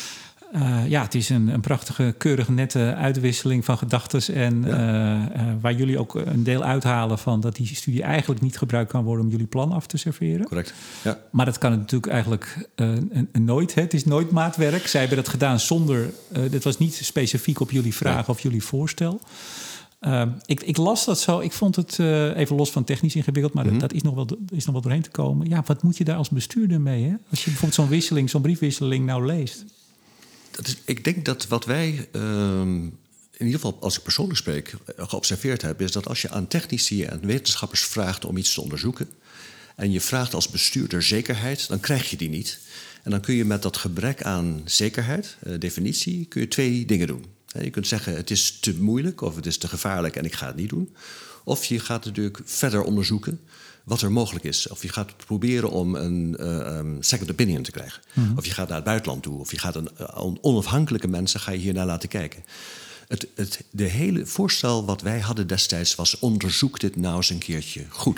Uh, ja, het is een, een prachtige, keurige, nette uitwisseling van gedachten. En ja. uh, uh, waar jullie ook een deel uithalen van dat die studie eigenlijk niet gebruikt kan worden om jullie plan af te serveren. Correct. Ja. Maar dat kan het natuurlijk eigenlijk uh, een, een nooit. Hè? Het is nooit maatwerk. Zij hebben dat gedaan zonder. Uh, dit was niet specifiek op jullie vraag ja. of jullie voorstel. Uh, ik, ik las dat zo. Ik vond het uh, even los van technisch ingewikkeld, maar mm-hmm. dat, dat is nog wel is nog wel doorheen te komen. Ja, wat moet je daar als bestuurder mee? Hè? Als je bijvoorbeeld zo'n wisseling, zo'n briefwisseling nou leest. Dat is, ik denk dat wat wij, um, in ieder geval als ik persoonlijk spreek, geobserveerd heb, is dat als je aan technici en wetenschappers vraagt om iets te onderzoeken en je vraagt als bestuurder zekerheid, dan krijg je die niet. En dan kun je met dat gebrek aan zekerheid, uh, definitie, kun je twee dingen doen. Je kunt zeggen het is te moeilijk of het is te gevaarlijk en ik ga het niet doen. Of je gaat natuurlijk verder onderzoeken wat er mogelijk is. Of je gaat proberen om een uh, um, second opinion te krijgen. Mm-hmm. Of je gaat naar het buitenland toe. Of je gaat een uh, onafhankelijke mensen ga je hiernaar laten kijken. Het, het de hele voorstel wat wij hadden destijds was onderzoek dit nou eens een keertje goed.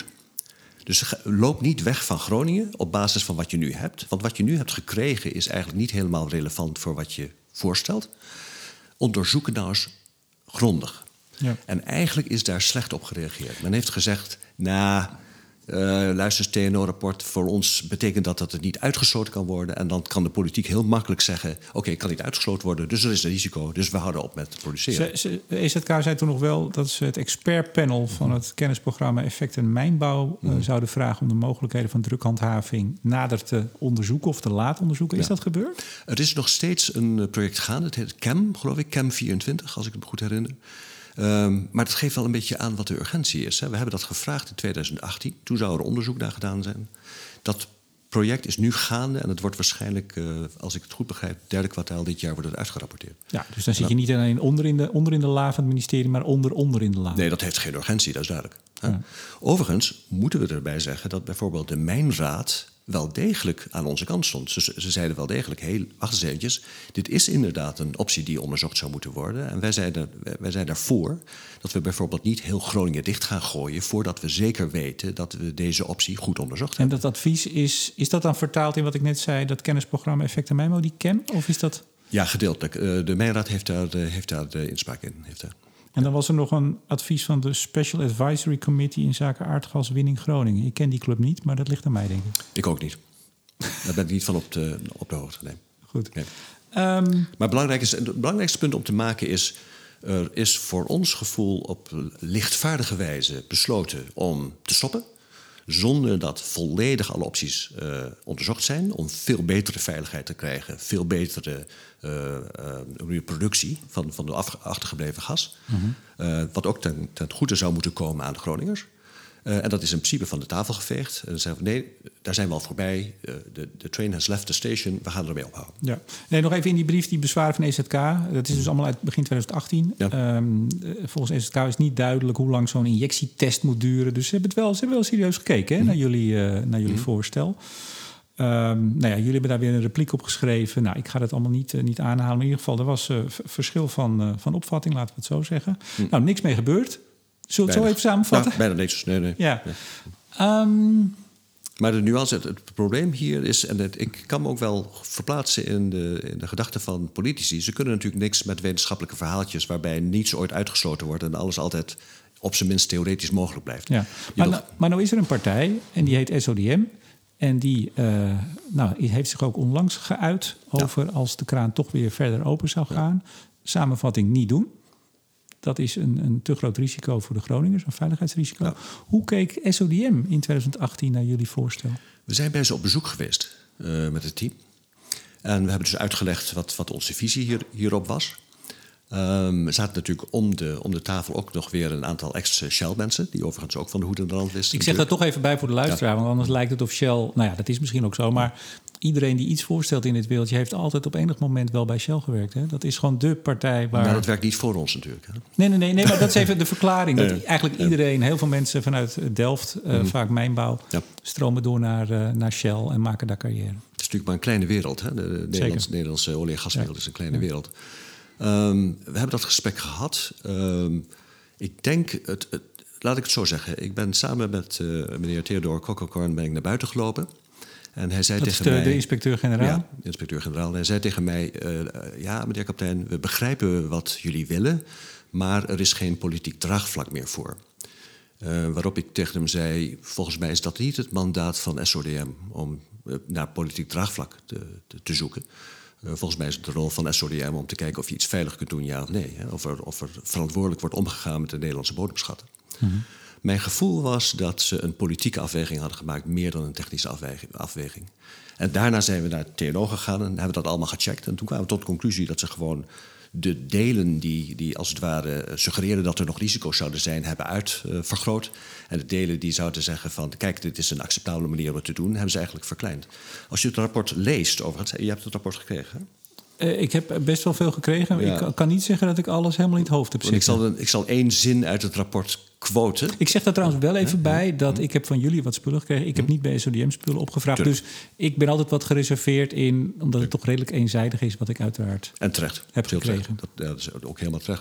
Dus loop niet weg van Groningen op basis van wat je nu hebt. Want wat je nu hebt gekregen is eigenlijk niet helemaal relevant voor wat je voorstelt. Onderzoek het nou eens grondig. Ja. En eigenlijk is daar slecht op gereageerd. Men heeft gezegd, nou, uh, luister, het T N O-rapport voor ons betekent dat dat het niet uitgesloten kan worden. En dan kan de politiek heel makkelijk zeggen, oké, okay, het kan niet uitgesloten worden, dus er is een risico, dus we houden op met produceren. Ze, ze, E Z K zei toen nog wel dat ze het expertpanel van het kennisprogramma Effecten Mijnbouw uh, mm. zouden vragen om de mogelijkheden van drukhandhaving nader te onderzoeken of te laten onderzoeken. Is ja. dat gebeurd? Er is nog steeds een project gaande, het heet C E M, geloof ik, C E M vierentwintig, als ik me goed herinner. Um, maar het geeft wel een beetje aan wat de urgentie is. Hè. We hebben dat gevraagd in twintig achttien. Toen zou er onderzoek naar gedaan zijn. Dat project is nu gaande en het wordt waarschijnlijk, uh, als ik het goed begrijp, derde kwartaal dit jaar wordt het uitgerapporteerd. Ja, dus dan zit je niet alleen onder in de, onder in de la van het ministerie, maar onder, onder in de la. Nee, dat heeft geen urgentie, dat is duidelijk. Ja. Overigens moeten we erbij zeggen dat bijvoorbeeld de Mijnraad wel degelijk aan onze kant stond. Ze, ze zeiden wel degelijk, hey, wacht eens eventjes, dit is inderdaad een optie die onderzocht zou moeten worden. En wij zijn, wij zijn daarvoor dat we bijvoorbeeld niet heel Groningen dicht gaan gooien voordat we zeker weten dat we deze optie goed onderzocht hebben. En dat advies, is, is dat dan vertaald in wat ik net zei, dat kennisprogramma Effecten Mijnbouw, die C E M? Of is dat... Ja, gedeeltelijk. De Mijnraad heeft daar, heeft daar de inspraak in. Heeft daar. En dan was er nog een advies van de Special Advisory Committee in zaken aardgaswinning Groningen. Ik ken die club niet, maar dat ligt aan mij, denk ik. Ik ook niet. Daar ben ik niet van op de, op de hoogte. Nee. Goed. Nee. Um, maar belangrijk is, het belangrijkste punt om te maken is, er is voor ons gevoel op lichtvaardige wijze besloten om te stoppen. Zonder dat volledig alle opties uh, onderzocht zijn. Om veel betere veiligheid te krijgen. Veel betere uh, uh, productie van, van de af, achtergebleven gas. Mm-hmm. Uh, wat ook ten, ten goede zou moeten komen aan de Groningers. Uh, en dat is in principe van de tafel geveegd. En dan zeggen we, nee, daar zijn we al voorbij. Uh, de, de train has left the station. We gaan ermee ophouden. Ja. Nee, nog even in die brief, die bezwaren van E Z K. Dat is dus allemaal uit begin twintig achttien. Ja. Um, volgens E Z K is niet duidelijk hoe lang zo'n injectietest moet duren. Dus ze hebben het wel, ze hebben wel serieus gekeken hè, mm. naar jullie, uh, naar jullie mm. voorstel. Um, nou ja, jullie hebben daar weer een repliek op geschreven. Nou, ik ga dat allemaal niet, uh, niet aanhalen. Maar in ieder geval, er was uh, v- verschil van, uh, van opvatting, laten we het zo zeggen. Mm. Nou, niks mee gebeurd. Zullen we het zo even samenvatten? Nou, bijna niks. Nee, nee. Ja. nee. Um, maar de nuance, het, het probleem hier is, en het, ik kan me ook wel verplaatsen in de, in de gedachten van politici. Ze kunnen natuurlijk niks met wetenschappelijke verhaaltjes waarbij niets ooit uitgesloten wordt en alles altijd op zijn minst theoretisch mogelijk blijft. Ja. Maar, nou, maar nou is er een partij en die heet S O D M. En die uh, nou, heeft zich ook onlangs geuit over ja. als de kraan toch weer verder open zou gaan. Ja. Samenvatting niet doen. Dat is een, een te groot risico voor de Groningers, een veiligheidsrisico. Ja. Hoe keek S O D M in twintig achttien naar jullie voorstel? We zijn bij ze op bezoek geweest uh, met het team. En we hebben dus uitgelegd wat, wat onze visie hier, hierop was. Um, er zaten natuurlijk om de, om de tafel ook nog weer een aantal ex-Shell-mensen... die overigens ook van de hoed en de rand wisten. Ik zeg dat toch even bij voor de luisteraar, ja. want anders lijkt het of Shell... nou ja, dat is misschien ook zo, maar iedereen die iets voorstelt in dit wereldje... heeft altijd op enig moment wel bij Shell gewerkt. Hè? Dat is gewoon de partij waar... Maar dat werkt niet voor ons natuurlijk. Hè? Nee, nee, nee, nee, maar dat is even de verklaring. Dat eigenlijk iedereen, heel veel mensen vanuit Delft... Uh, mm. vaak mijnbouw, ja. stromen door naar, uh, naar Shell en maken daar carrière. Het is natuurlijk maar een kleine wereld. Hè? De, de Nederlandse, Nederlandse olie- en gaswereld ja. is een kleine ja. wereld. Um, we hebben dat gesprek gehad. Um, ik denk, het, het, laat ik het zo zeggen. Ik ben samen met uh, meneer Theodor Kokkelkorn ben ik naar buiten gelopen. En hij zei dat tegen is de, mij, de inspecteur-generaal? Ja, de inspecteur-generaal. En hij zei tegen mij, uh, ja, meneer kapitein, we begrijpen wat jullie willen... maar er is geen politiek draagvlak meer voor. Uh, waarop ik tegen hem zei, volgens mij is dat niet het mandaat van S O D M... om uh, naar politiek draagvlak te, te, te zoeken... Uh, volgens mij is het de rol van S O D M om te kijken of je iets veilig kunt doen, ja of nee. Hè? Of, er, of er verantwoordelijk wordt omgegaan met de Nederlandse bodemschatten. Mm-hmm. Mijn gevoel was dat ze een politieke afweging hadden gemaakt... meer dan een technische afweging. afweging. En daarna zijn we naar het T N O gegaan en hebben dat allemaal gecheckt. En toen kwamen we tot de conclusie dat ze gewoon de delen die, die als het ware suggereren... dat er nog risico's zouden zijn, hebben uitvergroot. Uh, en de delen die zouden zeggen van... kijk, dit is een acceptabele manier om het te doen... hebben ze eigenlijk verkleind. Als je het rapport leest, overigens... je hebt het rapport gekregen, hè? Uh, ik heb best wel veel gekregen. Ja. Ik kan niet zeggen dat ik alles helemaal in het hoofd heb zitten. Ik zal, een, ik zal één zin uit het rapport quoten. Ik zeg daar trouwens wel even ja, bij... dat ja. ik heb van jullie wat spullen gekregen. Ik heb niet bij S O D M spullen opgevraagd. Tuurlijk. Dus ik ben altijd wat gereserveerd in... omdat Tuurlijk. het toch redelijk eenzijdig is... wat ik uiteraard en terecht. heb gekregen. Dat, ja, dat is ook helemaal terecht.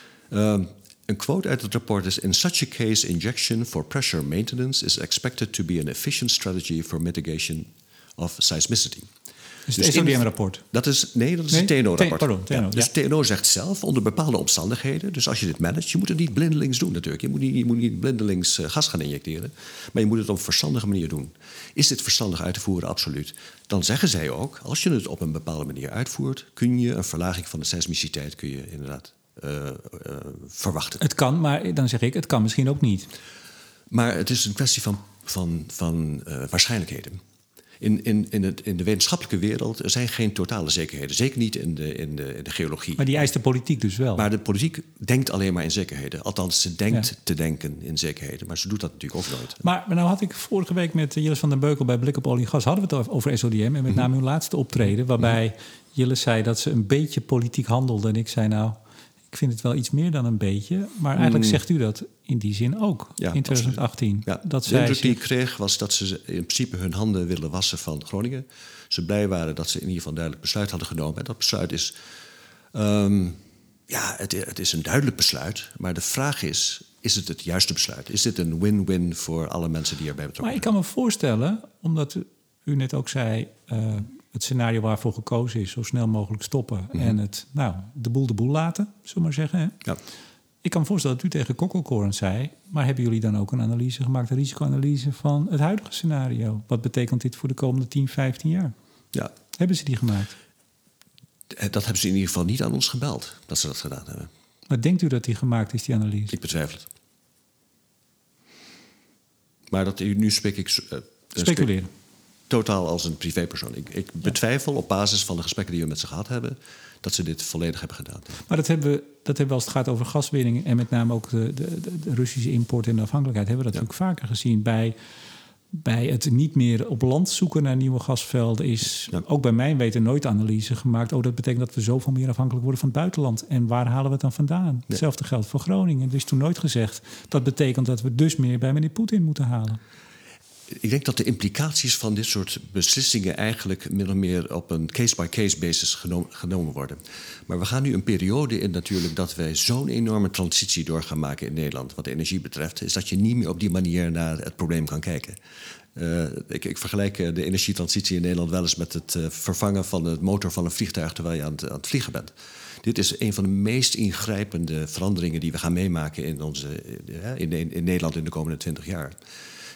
Um, een quote uit het rapport is... In such a case, injection for pressure maintenance... is expected to be an efficient strategy... for mitigation of seismicity. Dus het S O D M-rapport? Dat is, nee, dat is nee? het T N O-rapport. Pardon, T N O, ja. Dus het T N O zegt zelf, onder bepaalde omstandigheden... dus als je dit managt, je moet het niet blindelings doen natuurlijk. Je moet niet, je moet niet blindelings uh, gas gaan injecteren. Maar je moet het op een verstandige manier doen. Is dit verstandig uit te voeren? Absoluut. Dan zeggen zij ook, als je het op een bepaalde manier uitvoert... kun je een verlaging van de seismiciteit kun je inderdaad uh, uh, verwachten. Het kan, maar dan zeg ik, het kan misschien ook niet. Maar het is een kwestie van, van, van uh, waarschijnlijkheden. In, in, in, het, in de wetenschappelijke wereld er zijn geen totale zekerheden. Zeker niet in de, in, de, in de geologie. Maar die eist de politiek dus wel. Maar de politiek denkt alleen maar in zekerheden. Althans, ze denkt ja. te denken in zekerheden. Maar ze doet dat natuurlijk ook nooit. Maar, maar nou had ik vorige week met Jilles van den Beukel... bij Blik op Olie en Gas hadden we het over S O D M... en met mm-hmm. name uw laatste optreden... waarbij mm-hmm. Jilles zei dat ze een beetje politiek handelde. En ik zei nou... ik vind het wel iets meer dan een beetje. Maar eigenlijk mm. zegt u dat in die zin ook, ja, in twintig achttien. Ja, dat de indruk die ik kreeg was dat ze in principe hun handen willen wassen van Groningen. Ze blij waren dat ze in ieder geval een duidelijk besluit hadden genomen. En dat besluit is... Um, ja, het, het is een duidelijk besluit. Maar de vraag is, is het het juiste besluit? Is dit een win-win voor alle mensen die erbij betrokken zijn? Maar ik kan me voorstellen, omdat u net ook zei... Uh, het scenario waarvoor gekozen is, zo snel mogelijk stoppen... Mm-hmm. en het, nou, de boel de boel laten, zullen we maar zeggen. Hè? Ja. Ik kan me voorstellen dat u tegen Kokkelkorn zei... maar hebben jullie dan ook een analyse gemaakt... een risicoanalyse van het huidige scenario? Wat betekent dit voor de komende tien, vijftien jaar? Ja. Hebben ze die gemaakt? Dat hebben ze in ieder geval niet aan ons gebeld, dat ze dat gedaan hebben. Maar denkt u dat die gemaakt is, die analyse? Ik betwijfel het. Maar dat, nu spreek ik... Uh, Speculeren. Spreek, totaal als een privépersoon. Ik, ik betwijfel op basis van de gesprekken die we met ze gehad hebben... dat ze dit volledig hebben gedaan. Maar dat hebben we, dat hebben we als het gaat over gaswinning... en met name ook de, de, de Russische import en de afhankelijkheid... hebben we dat ja. natuurlijk vaker gezien. Bij, bij het niet meer op land zoeken naar nieuwe gasvelden... is ja. ook bij mijn weten nooit analyse gemaakt... oh, dat betekent dat we zoveel meer afhankelijk worden van het buitenland. En waar halen we het dan vandaan? Nee. Hetzelfde geldt voor Groningen. Er is toen nooit gezegd... dat betekent dat we dus meer bij meneer Poetin moeten halen. Ik denk dat de implicaties van dit soort beslissingen... eigenlijk min of meer op een case-by-case basis geno- genomen worden. Maar we gaan nu een periode in natuurlijk... dat wij zo'n enorme transitie door gaan maken in Nederland... wat de energie betreft... is dat je niet meer op die manier naar het probleem kan kijken. Uh, ik, ik vergelijk de energietransitie in Nederland wel eens... met het uh, vervangen van de motor van een vliegtuig... terwijl je aan het, aan het vliegen bent. Dit is een van de meest ingrijpende veranderingen... die we gaan meemaken in, onze, uh, in, in, in Nederland in de komende twintig jaar...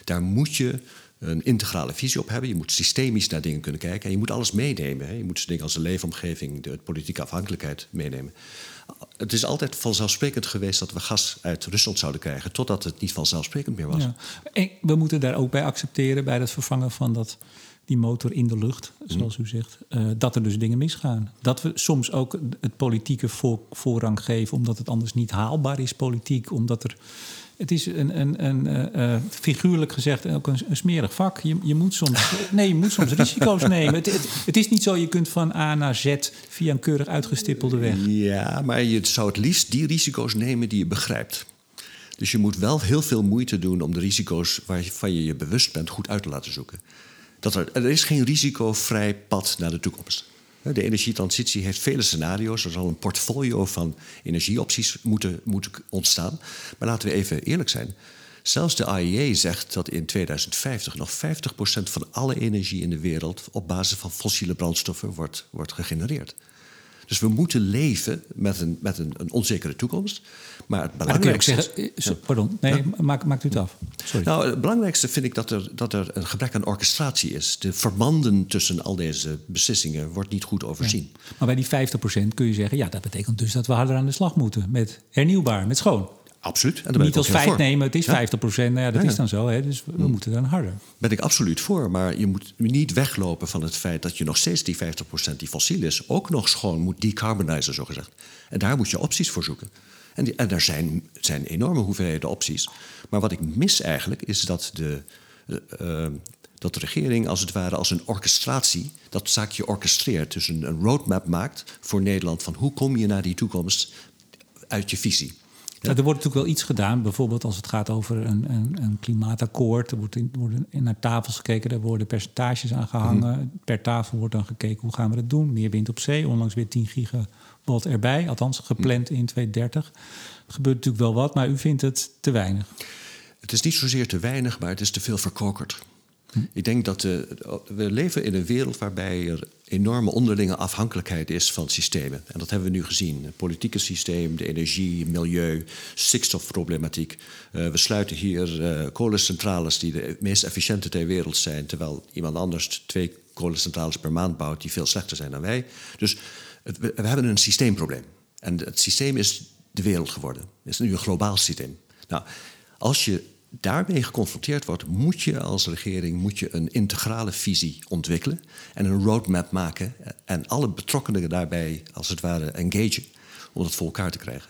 Daar moet je een integrale visie op hebben. Je moet systemisch naar dingen kunnen kijken. En je moet alles meenemen. Hè. Je moet dingen als de leefomgeving, de politieke afhankelijkheid meenemen. Het is altijd vanzelfsprekend geweest dat we gas uit Rusland zouden krijgen, totdat het niet vanzelfsprekend meer was. Ja. En we moeten daar ook bij accepteren, bij het vervangen van dat, die motor in de lucht, zoals u zegt, uh, dat er dus dingen misgaan. Dat we soms ook het politieke voor, voorrang geven, omdat het anders niet haalbaar is, politiek, omdat er... Het is een, een, een uh, figuurlijk gezegd ook een, een smerig vak. Je, je moet soms, nee, je moet soms risico's nemen. Het, het, het is niet zo, je kunt van A naar Z via een keurig uitgestippelde weg. Ja, maar je zou het liefst die risico's nemen die je begrijpt. Dus je moet wel heel veel moeite doen om de risico's waarvan je je bewust bent goed uit te laten zoeken. Dat er, er is geen risicovrij pad naar de toekomst. De energietransitie heeft vele scenario's. Er zal een portfolio van energieopties moeten, moeten ontstaan. Maar laten we even eerlijk zijn. Zelfs de I E A zegt dat in tweeduizend vijftig nog vijftig procent van alle energie in de wereld op basis van fossiele brandstoffen wordt, wordt gegenereerd. Dus we moeten leven met een, met een, een onzekere toekomst. Maar het belangrijkste... Maar kun je ook zeggen, pardon, nee, ja. maak, maakt u het af. Sorry. Nou, het belangrijkste vind ik dat er, dat er een gebrek aan orchestratie is. De verbanden tussen al deze beslissingen wordt niet goed overzien. Ja. Maar bij die vijftig procent kun je zeggen, ja, dat betekent dus dat we harder aan de slag moeten met hernieuwbaar, met schoon. Absoluut. En niet als feit voor. nemen, het is ja. vijftig procent, nou ja, dat ja, ja. is dan zo. Hè, dus we hmm. moeten dan harder. Ben ik absoluut voor, maar je moet niet weglopen van het feit dat je nog steeds die vijftig procent die fossiel is, ook nog schoon moet decarbonizen, zogezegd. En daar moet je opties voor zoeken. En, die, en er zijn, zijn enorme hoeveelheden opties. Maar wat ik mis eigenlijk is dat de, uh, uh, dat de regering als het ware als een orchestratie dat zaakje orchestreert. Dus een, een roadmap maakt voor Nederland van hoe kom je naar die toekomst uit je visie. Ja. Er wordt natuurlijk wel iets gedaan, bijvoorbeeld als het gaat over een, een, een klimaatakkoord. Er wordt in, worden naar tafels gekeken, daar worden percentages aan gehangen. Mm. Per tafel wordt dan gekeken, hoe gaan we dat doen? Meer wind op zee, onlangs weer tien gigawatt erbij. Althans, gepland in tweeduizend dertig. Er gebeurt natuurlijk wel wat, maar u vindt het te weinig. Het is niet zozeer te weinig, maar het is te veel verkokerd. Hm. Ik denk dat uh, we leven in een wereld waarbij er enorme onderlinge afhankelijkheid is van systemen. En dat hebben we nu gezien. Het politieke systeem, de energie, milieu, stikstofproblematiek. Uh, we sluiten hier uh, kolencentrales die de meest efficiënte ter wereld zijn, terwijl iemand anders twee kolencentrales per maand bouwt die veel slechter zijn dan wij. Dus het, we, we hebben een systeemprobleem. En het systeem is de wereld geworden. Het is nu een globaal systeem. Nou, als je daarmee geconfronteerd wordt, moet je als regering moet je een integrale visie ontwikkelen en een roadmap maken en alle betrokkenen daarbij als het ware engagen om dat voor elkaar te krijgen.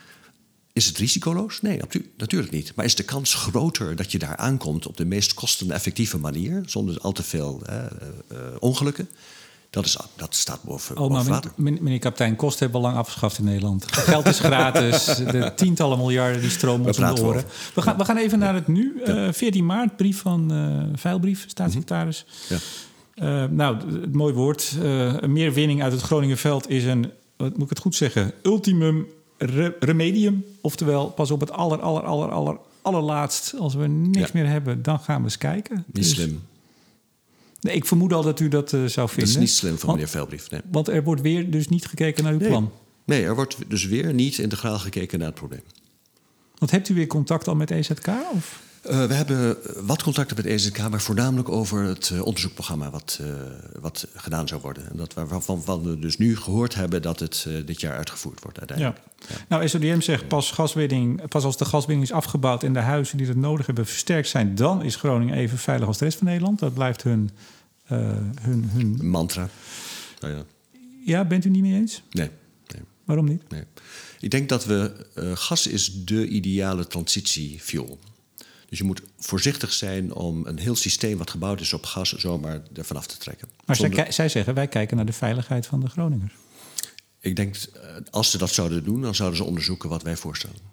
Is het risicoloos? Nee, natuurlijk niet. Maar is de kans groter dat je daar aankomt op de meest kosteneffectieve manier, zonder al te veel eh, uh, ongelukken? Dat, is, dat staat boven, oh, boven water. Meneer, meneer kapitein, kosten hebben we lang afgeschaft in Nederland. Geld is gratis. De tientallen miljarden die stromen ons om de oren. We gaan, we gaan even naar het nu. Ja. Uh, veertien maart, brief van uh, Veilbrief, staatssecretaris. Mm-hmm. Ja. Uh, nou, het mooie woord. Uh, een meerwinning uit het Groningenveld is een, wat moet ik het goed zeggen, ultimum re- remedium. Oftewel, pas op het aller, aller, aller, aller, allerlaatst. Als we niks ja. meer hebben, dan gaan we eens kijken. Niet dus, slim. Nee, ik vermoed al dat u dat uh, zou vinden. Dat is niet slim van meneer Veilbrief. Nee. Want er wordt weer dus niet gekeken naar uw nee. plan. Nee, er wordt dus weer niet integraal gekeken naar het probleem. Want hebt u weer contact al met E Z K? Of? Uh, we hebben wat contacten met E Z K, maar voornamelijk over het uh, onderzoekprogramma wat, uh, wat gedaan zou worden. En dat waarvan, waarvan we dus nu gehoord hebben dat het uh, dit jaar uitgevoerd wordt uiteindelijk. Ja. Ja. Nou, S O D M zegt pas, gaswinning, pas als de gaswinning is afgebouwd en de huizen die het nodig hebben versterkt zijn, dan is Groningen even veilig als de rest van Nederland. Dat blijft hun... Uh, hun, hun... mantra. Nou ja. ja, bent u niet mee eens? Nee. nee. Waarom niet? Nee. Ik denk dat we... Uh, gas is de ideale transitiefuel. Dus je moet voorzichtig zijn om een heel systeem wat gebouwd is op gas zomaar ervan af te trekken. Maar Zonder... zij, zij zeggen, wij kijken naar de veiligheid van de Groningers. Ik denk, uh, als ze dat zouden doen, dan zouden ze onderzoeken wat wij voorstellen.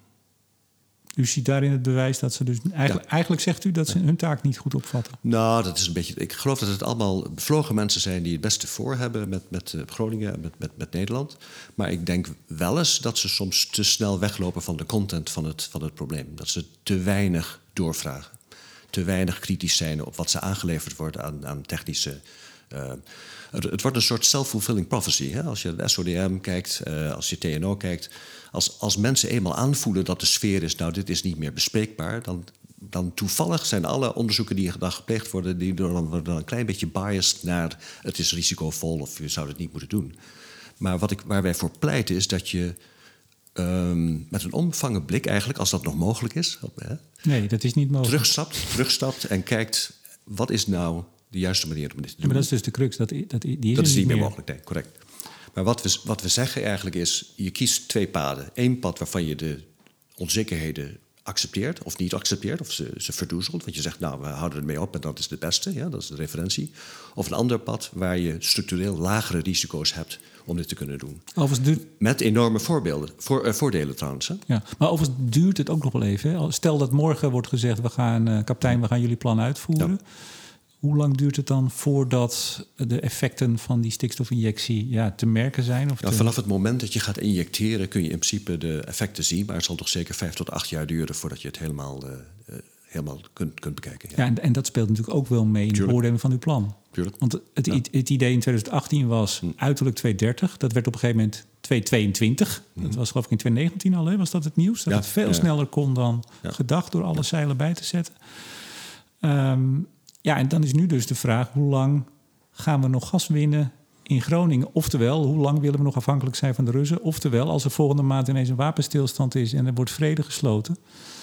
U ziet daarin het bewijs dat ze dus... Eigenlijk, ja. eigenlijk zegt u dat ze hun taak niet goed opvatten. Nou, dat is een beetje... Ik geloof dat het allemaal bevlogen mensen zijn die het beste voor hebben met, met Groningen en met, met, met Nederland. Maar ik denk wel eens dat ze soms te snel weglopen van de content van het, van het probleem. Dat ze te weinig doorvragen. Te weinig kritisch zijn op wat ze aangeleverd wordt aan, aan technische... Uh, het, het wordt een soort self-fulfilling prophecy. Hè? Als je naar S O D M kijkt, uh, als je T N O kijkt... Als, als mensen eenmaal aanvoelen dat de sfeer is... nou, dit is niet meer bespreekbaar... dan dan toevallig zijn alle onderzoeken die dan gepleegd worden, die dan worden dan een klein beetje biased naar het is risicovol of je zou het niet moeten doen. Maar wat ik, waar wij voor pleiten is dat je um, met een onbevangen blik eigenlijk, als dat nog mogelijk is, hè, nee, dat is niet mogelijk. Terugstapt, terugstapt en kijkt wat is nou de juiste manier om dit te doen. Ja, maar dat is dus de crux. Dat, dat, die is, dat is niet meer meer mogelijk, nee, correct. Maar wat we, wat we zeggen eigenlijk is, je kiest twee paden. Eén pad waarvan je de onzekerheden accepteert of niet accepteert, of ze, ze verdoezelt. Want je zegt, nou, we houden ermee op en dat is het beste, ja, dat is de referentie. Of een ander pad waar je structureel lagere risico's hebt om dit te kunnen doen. Overigens duurt... Met enorme voorbeelden, voor, uh, voordelen trouwens. Hè? Ja, maar overigens duurt het ook nog wel even. Hè? Stel dat morgen wordt gezegd, we gaan, uh, kapitein, we gaan jullie plan uitvoeren. Ja. Hoe lang duurt het dan voordat de effecten van die stikstofinjectie ja, te merken zijn? Of ja, te... Vanaf het moment dat je gaat injecteren kun je in principe de effecten zien. Maar het zal toch zeker vijf tot acht jaar duren voordat je het helemaal, uh, uh, helemaal kunt, kunt bekijken. Ja, ja en, en dat speelt natuurlijk ook wel mee in de beoordeling van uw plan. Tuurlijk. Want het, ja. het idee in twintig achttien was hm. uiterlijk tweehonderddertig. Dat werd op een gegeven moment tweehonderdtweeëntwintig. Hm. Dat was geloof ik in twintig negentien al, hè? Was dat het nieuws? Dat ja. het veel ja. sneller kon dan ja. gedacht door alle ja. zeilen bij te zetten. Um, Ja, en dan is nu dus de vraag, hoe lang gaan we nog gas winnen in Groningen? Oftewel, hoe lang willen we nog afhankelijk zijn van de Russen? Oftewel, als er volgende maand ineens een wapenstilstand is en er wordt vrede gesloten,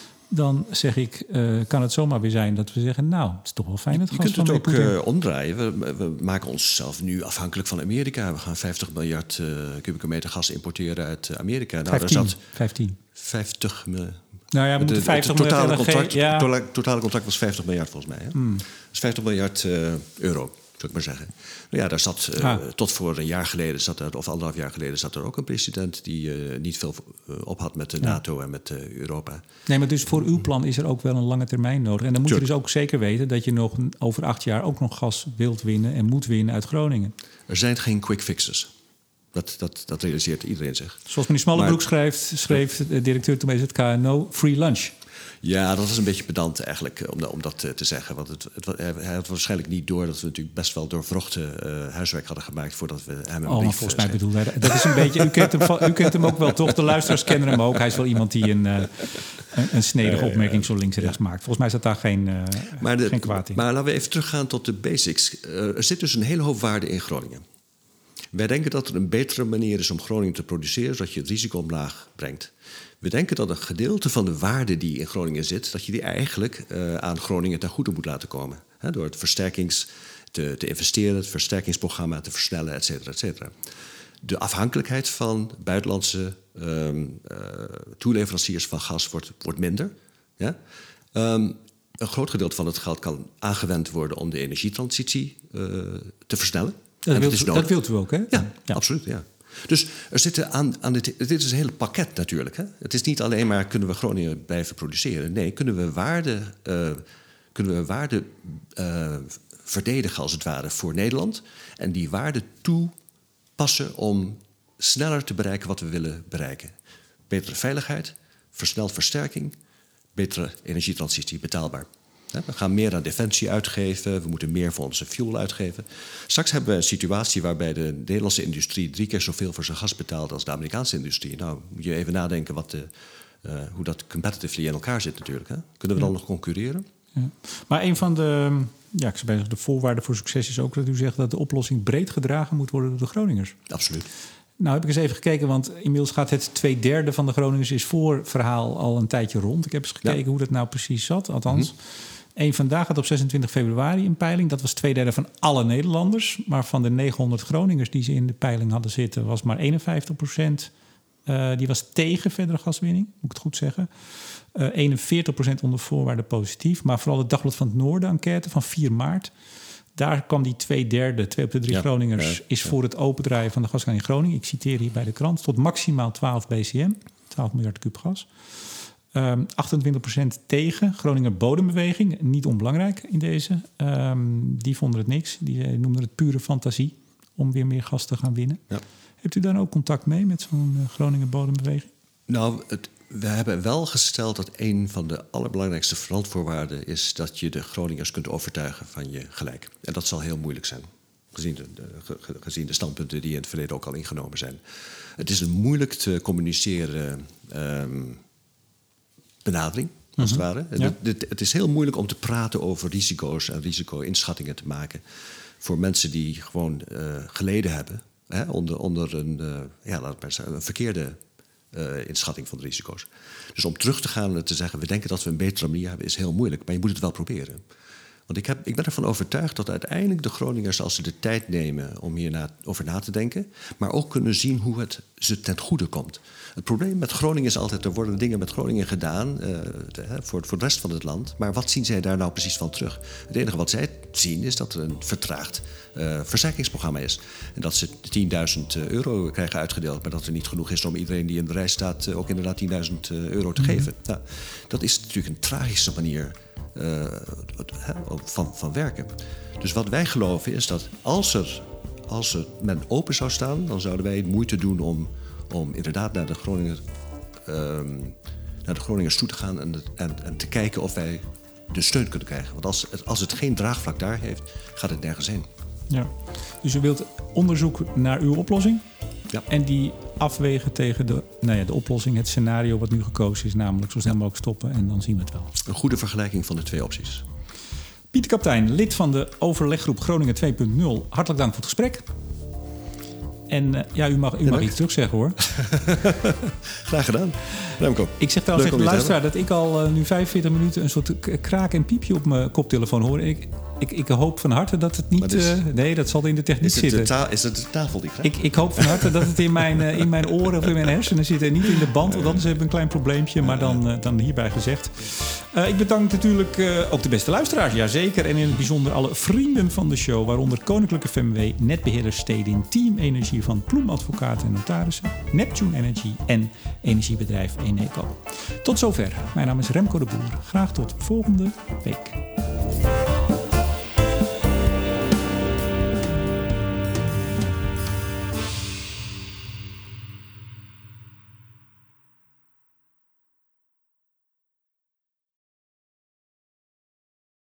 dan zeg ik, uh, kan het zomaar weer zijn dat we zeggen, nou, het is toch wel fijn het je gas kunt van het ook uh, omdraaien. We, we maken onszelf nu afhankelijk van Amerika. We gaan vijftig miljard uh, kubieke meter gas importeren uit Amerika. Nou, vijftien. Daar zat vijftien. vijftig miljard. Nou ja, we moeten vijftig het totale miljard contract, ja. to- totale contract was vijftig miljard volgens mij. Hè? Mm. Dat is vijftig miljard uh, euro, zou ik maar zeggen. Nou ja, daar zat uh, ah. tot voor een jaar geleden, zat er, of anderhalf jaar geleden, zat er ook een president die uh, niet veel uh, op had met de ja. NATO en met uh, Europa. Nee, maar dus voor uw plan is er ook wel een lange termijn nodig. En dan moet Tuurlijk. je dus ook zeker weten dat je nog over acht jaar ook nog gas wilt winnen en moet winnen uit Groningen. Er zijn geen quick fixes. Dat, dat, dat realiseert iedereen zich. Zoals meneer Smallebroek maar, schrijft, schreef de directeur toen bij het K N O, free lunch. Ja, dat is een beetje pedant eigenlijk om, om dat te zeggen. Want het, het, hij had waarschijnlijk niet door dat we natuurlijk best wel doorvrochte uh, huiswerk hadden gemaakt voordat we hem een oh, brief volgens mij bedoelde hij dat is een beetje. U kent, hem, u kent hem ook wel, toch? De luisteraars kennen hem ook. Hij is wel iemand die een, uh, een, een snedige opmerking zo links en rechts ja. maakt. Volgens mij zat daar geen, uh, maar de, geen kwaad in. Maar laten we even teruggaan tot de basics. Uh, er zit dus een hele hoop waarde in Groningen. Wij denken dat er een betere manier is om Groningen te produceren, zodat je het risico omlaag brengt. We denken dat een gedeelte van de waarde die in Groningen zit, dat je die eigenlijk uh, aan Groningen ten goede moet laten komen. He, door het versterkings te, te investeren, het versterkingsprogramma te versnellen, et cetera, et cetera. De afhankelijkheid van buitenlandse um, uh, toeleveranciers van gas wordt, wordt minder. Ja? Um, een groot gedeelte van het geld kan aangewend worden om de energietransitie uh, te versnellen. Dat wilt, dat wilt u ook, hè? Ja, ja. absoluut, ja. Dus er zitten aan, aan dit, dit is een hele pakket natuurlijk. Hè? Het is niet alleen maar kunnen we Groningen blijven produceren. Nee, kunnen we waarde, uh, kunnen we waarde uh, verdedigen als het ware voor Nederland. En die waarde toepassen om sneller te bereiken wat we willen bereiken. Betere veiligheid, versneld versterking, betere energietransitie, betaalbaar. We gaan meer aan defensie uitgeven. We moeten meer voor onze fuel uitgeven. Straks hebben we een situatie waarbij de Nederlandse industrie drie keer zoveel voor zijn gas betaalt als de Amerikaanse industrie. Nou, moet je even nadenken wat de, uh, hoe dat competitively in elkaar zit natuurlijk. Hè? Kunnen we dan ja. nog concurreren? Ja. Maar een van de, ja, ik zou de voorwaarden voor succes is ook dat u zegt dat de oplossing breed gedragen moet worden door de Groningers. Absoluut. Nou heb ik eens even gekeken, want inmiddels gaat het twee derde van de Groningers is voor verhaal al een tijdje rond. Ik heb eens gekeken ja. hoe dat nou precies zat, althans. Mm-hmm. Eén Vandaag had op zesentwintig februari een peiling. Dat was twee derde van alle Nederlanders. Maar van de negenhonderd Groningers die ze in de peiling hadden zitten, was maar eenenvijftig procent. Uh, die was tegen verdere gaswinning, moet ik het goed zeggen. Uh, eenenveertig procent onder voorwaarden positief. Maar vooral het Dagblad van het Noorden enquête van vier maart. Daar kwam die twee derde, twee op de drie ja, Groningers, ja, is ja. voor het opendraaien van de gaskraan in Groningen. Ik citeer hier bij de krant. Tot maximaal twaalf B C M, twaalf miljard kuub gas. Um, achtentwintig procent tegen. Groninger Bodembeweging, niet onbelangrijk in deze. Um, die vonden het niks. Die noemden het pure fantasie om weer meer gas te gaan winnen. Ja. Hebt u daar ook contact mee met zo'n uh, Groninger Bodembeweging? Nou, het, we hebben wel gesteld dat een van de allerbelangrijkste randvoorwaarden is dat je de Groningers kunt overtuigen van je gelijk. En dat zal heel moeilijk zijn, gezien de, de, gezien de standpunten die in het verleden ook al ingenomen zijn. Het is een moeilijk te communiceren Um, benadering. als het ware. Ja. Het, het, het is heel moeilijk om te praten over risico's en risico-inschattingen te maken voor mensen die gewoon uh, geleden hebben hè, onder, onder een, uh, ja, laat maar zeggen, een verkeerde uh, inschatting van de risico's. Dus om terug te gaan en te zeggen, we denken dat we een betere manier hebben, is heel moeilijk. Maar je moet het wel proberen. Want ik, heb, ik ben ervan overtuigd dat uiteindelijk de Groningers, als ze de tijd nemen om hierover over na te denken, maar ook kunnen zien hoe het ze ten goede komt. Het probleem met Groningen is altijd, er worden dingen met Groningen gedaan uh, de, voor, voor de rest van het land. Maar wat zien zij daar nou precies van terug? Het enige wat zij zien is dat er een vertraagd uh, verzekeringsprogramma is. En dat ze tienduizend euro krijgen uitgedeeld, maar dat er niet genoeg is om iedereen die in de rij staat uh, ook inderdaad tienduizend euro te mm-hmm. geven. Nou, dat is natuurlijk een tragische manier Uh, van, van werken. Dus wat wij geloven is dat als er, als er men open zou staan, dan zouden wij moeite doen om, om inderdaad naar de Groninger, um, naar de Groningers toe te gaan en, en, en te kijken of wij de steun kunnen krijgen. Want als het, als het geen draagvlak daar heeft, gaat het nergens heen. Ja. Dus u wilt onderzoek naar uw oplossing? Ja. En die afwegen tegen de, nou ja, de oplossing, het scenario wat nu gekozen is, namelijk zo snel mogelijk stoppen en dan zien we het wel. Een goede vergelijking van de twee opties. Pieter Kaptein, lid van de overleggroep Groningen twee punt nul. Hartelijk dank voor het gesprek. En uh, ja, u mag, u mag iets terugzeggen hoor. Graag gedaan. Remco. Ik zeg trouwens tegen de luisteraar dat ik al uh, nu vijfenveertig minuten een soort kraak en piepje op mijn koptelefoon hoor. Ik, ik, ik hoop van harte dat het niet... Is, uh, nee, dat zal in de techniek is het zitten. De ta- is het de tafel die kraakt? Ik, ik hoop van harte dat het in mijn, uh, in mijn oren of in mijn hersenen zit en niet in de band. Want anders heb ik een klein probleempje, maar dan, uh, dan hierbij gezegd. Uh, ik bedank natuurlijk uh, ook de beste luisteraars, jazeker. En in het bijzonder alle vrienden van de show, waaronder Koninklijke F M W, Netbeheerder Stedin, Team Energie van Ploem Advocaten en Notarissen, Neptune Energy en energiebedrijf Eneco. Tot zover. Mijn naam is Remco de Boer. Graag tot volgende week.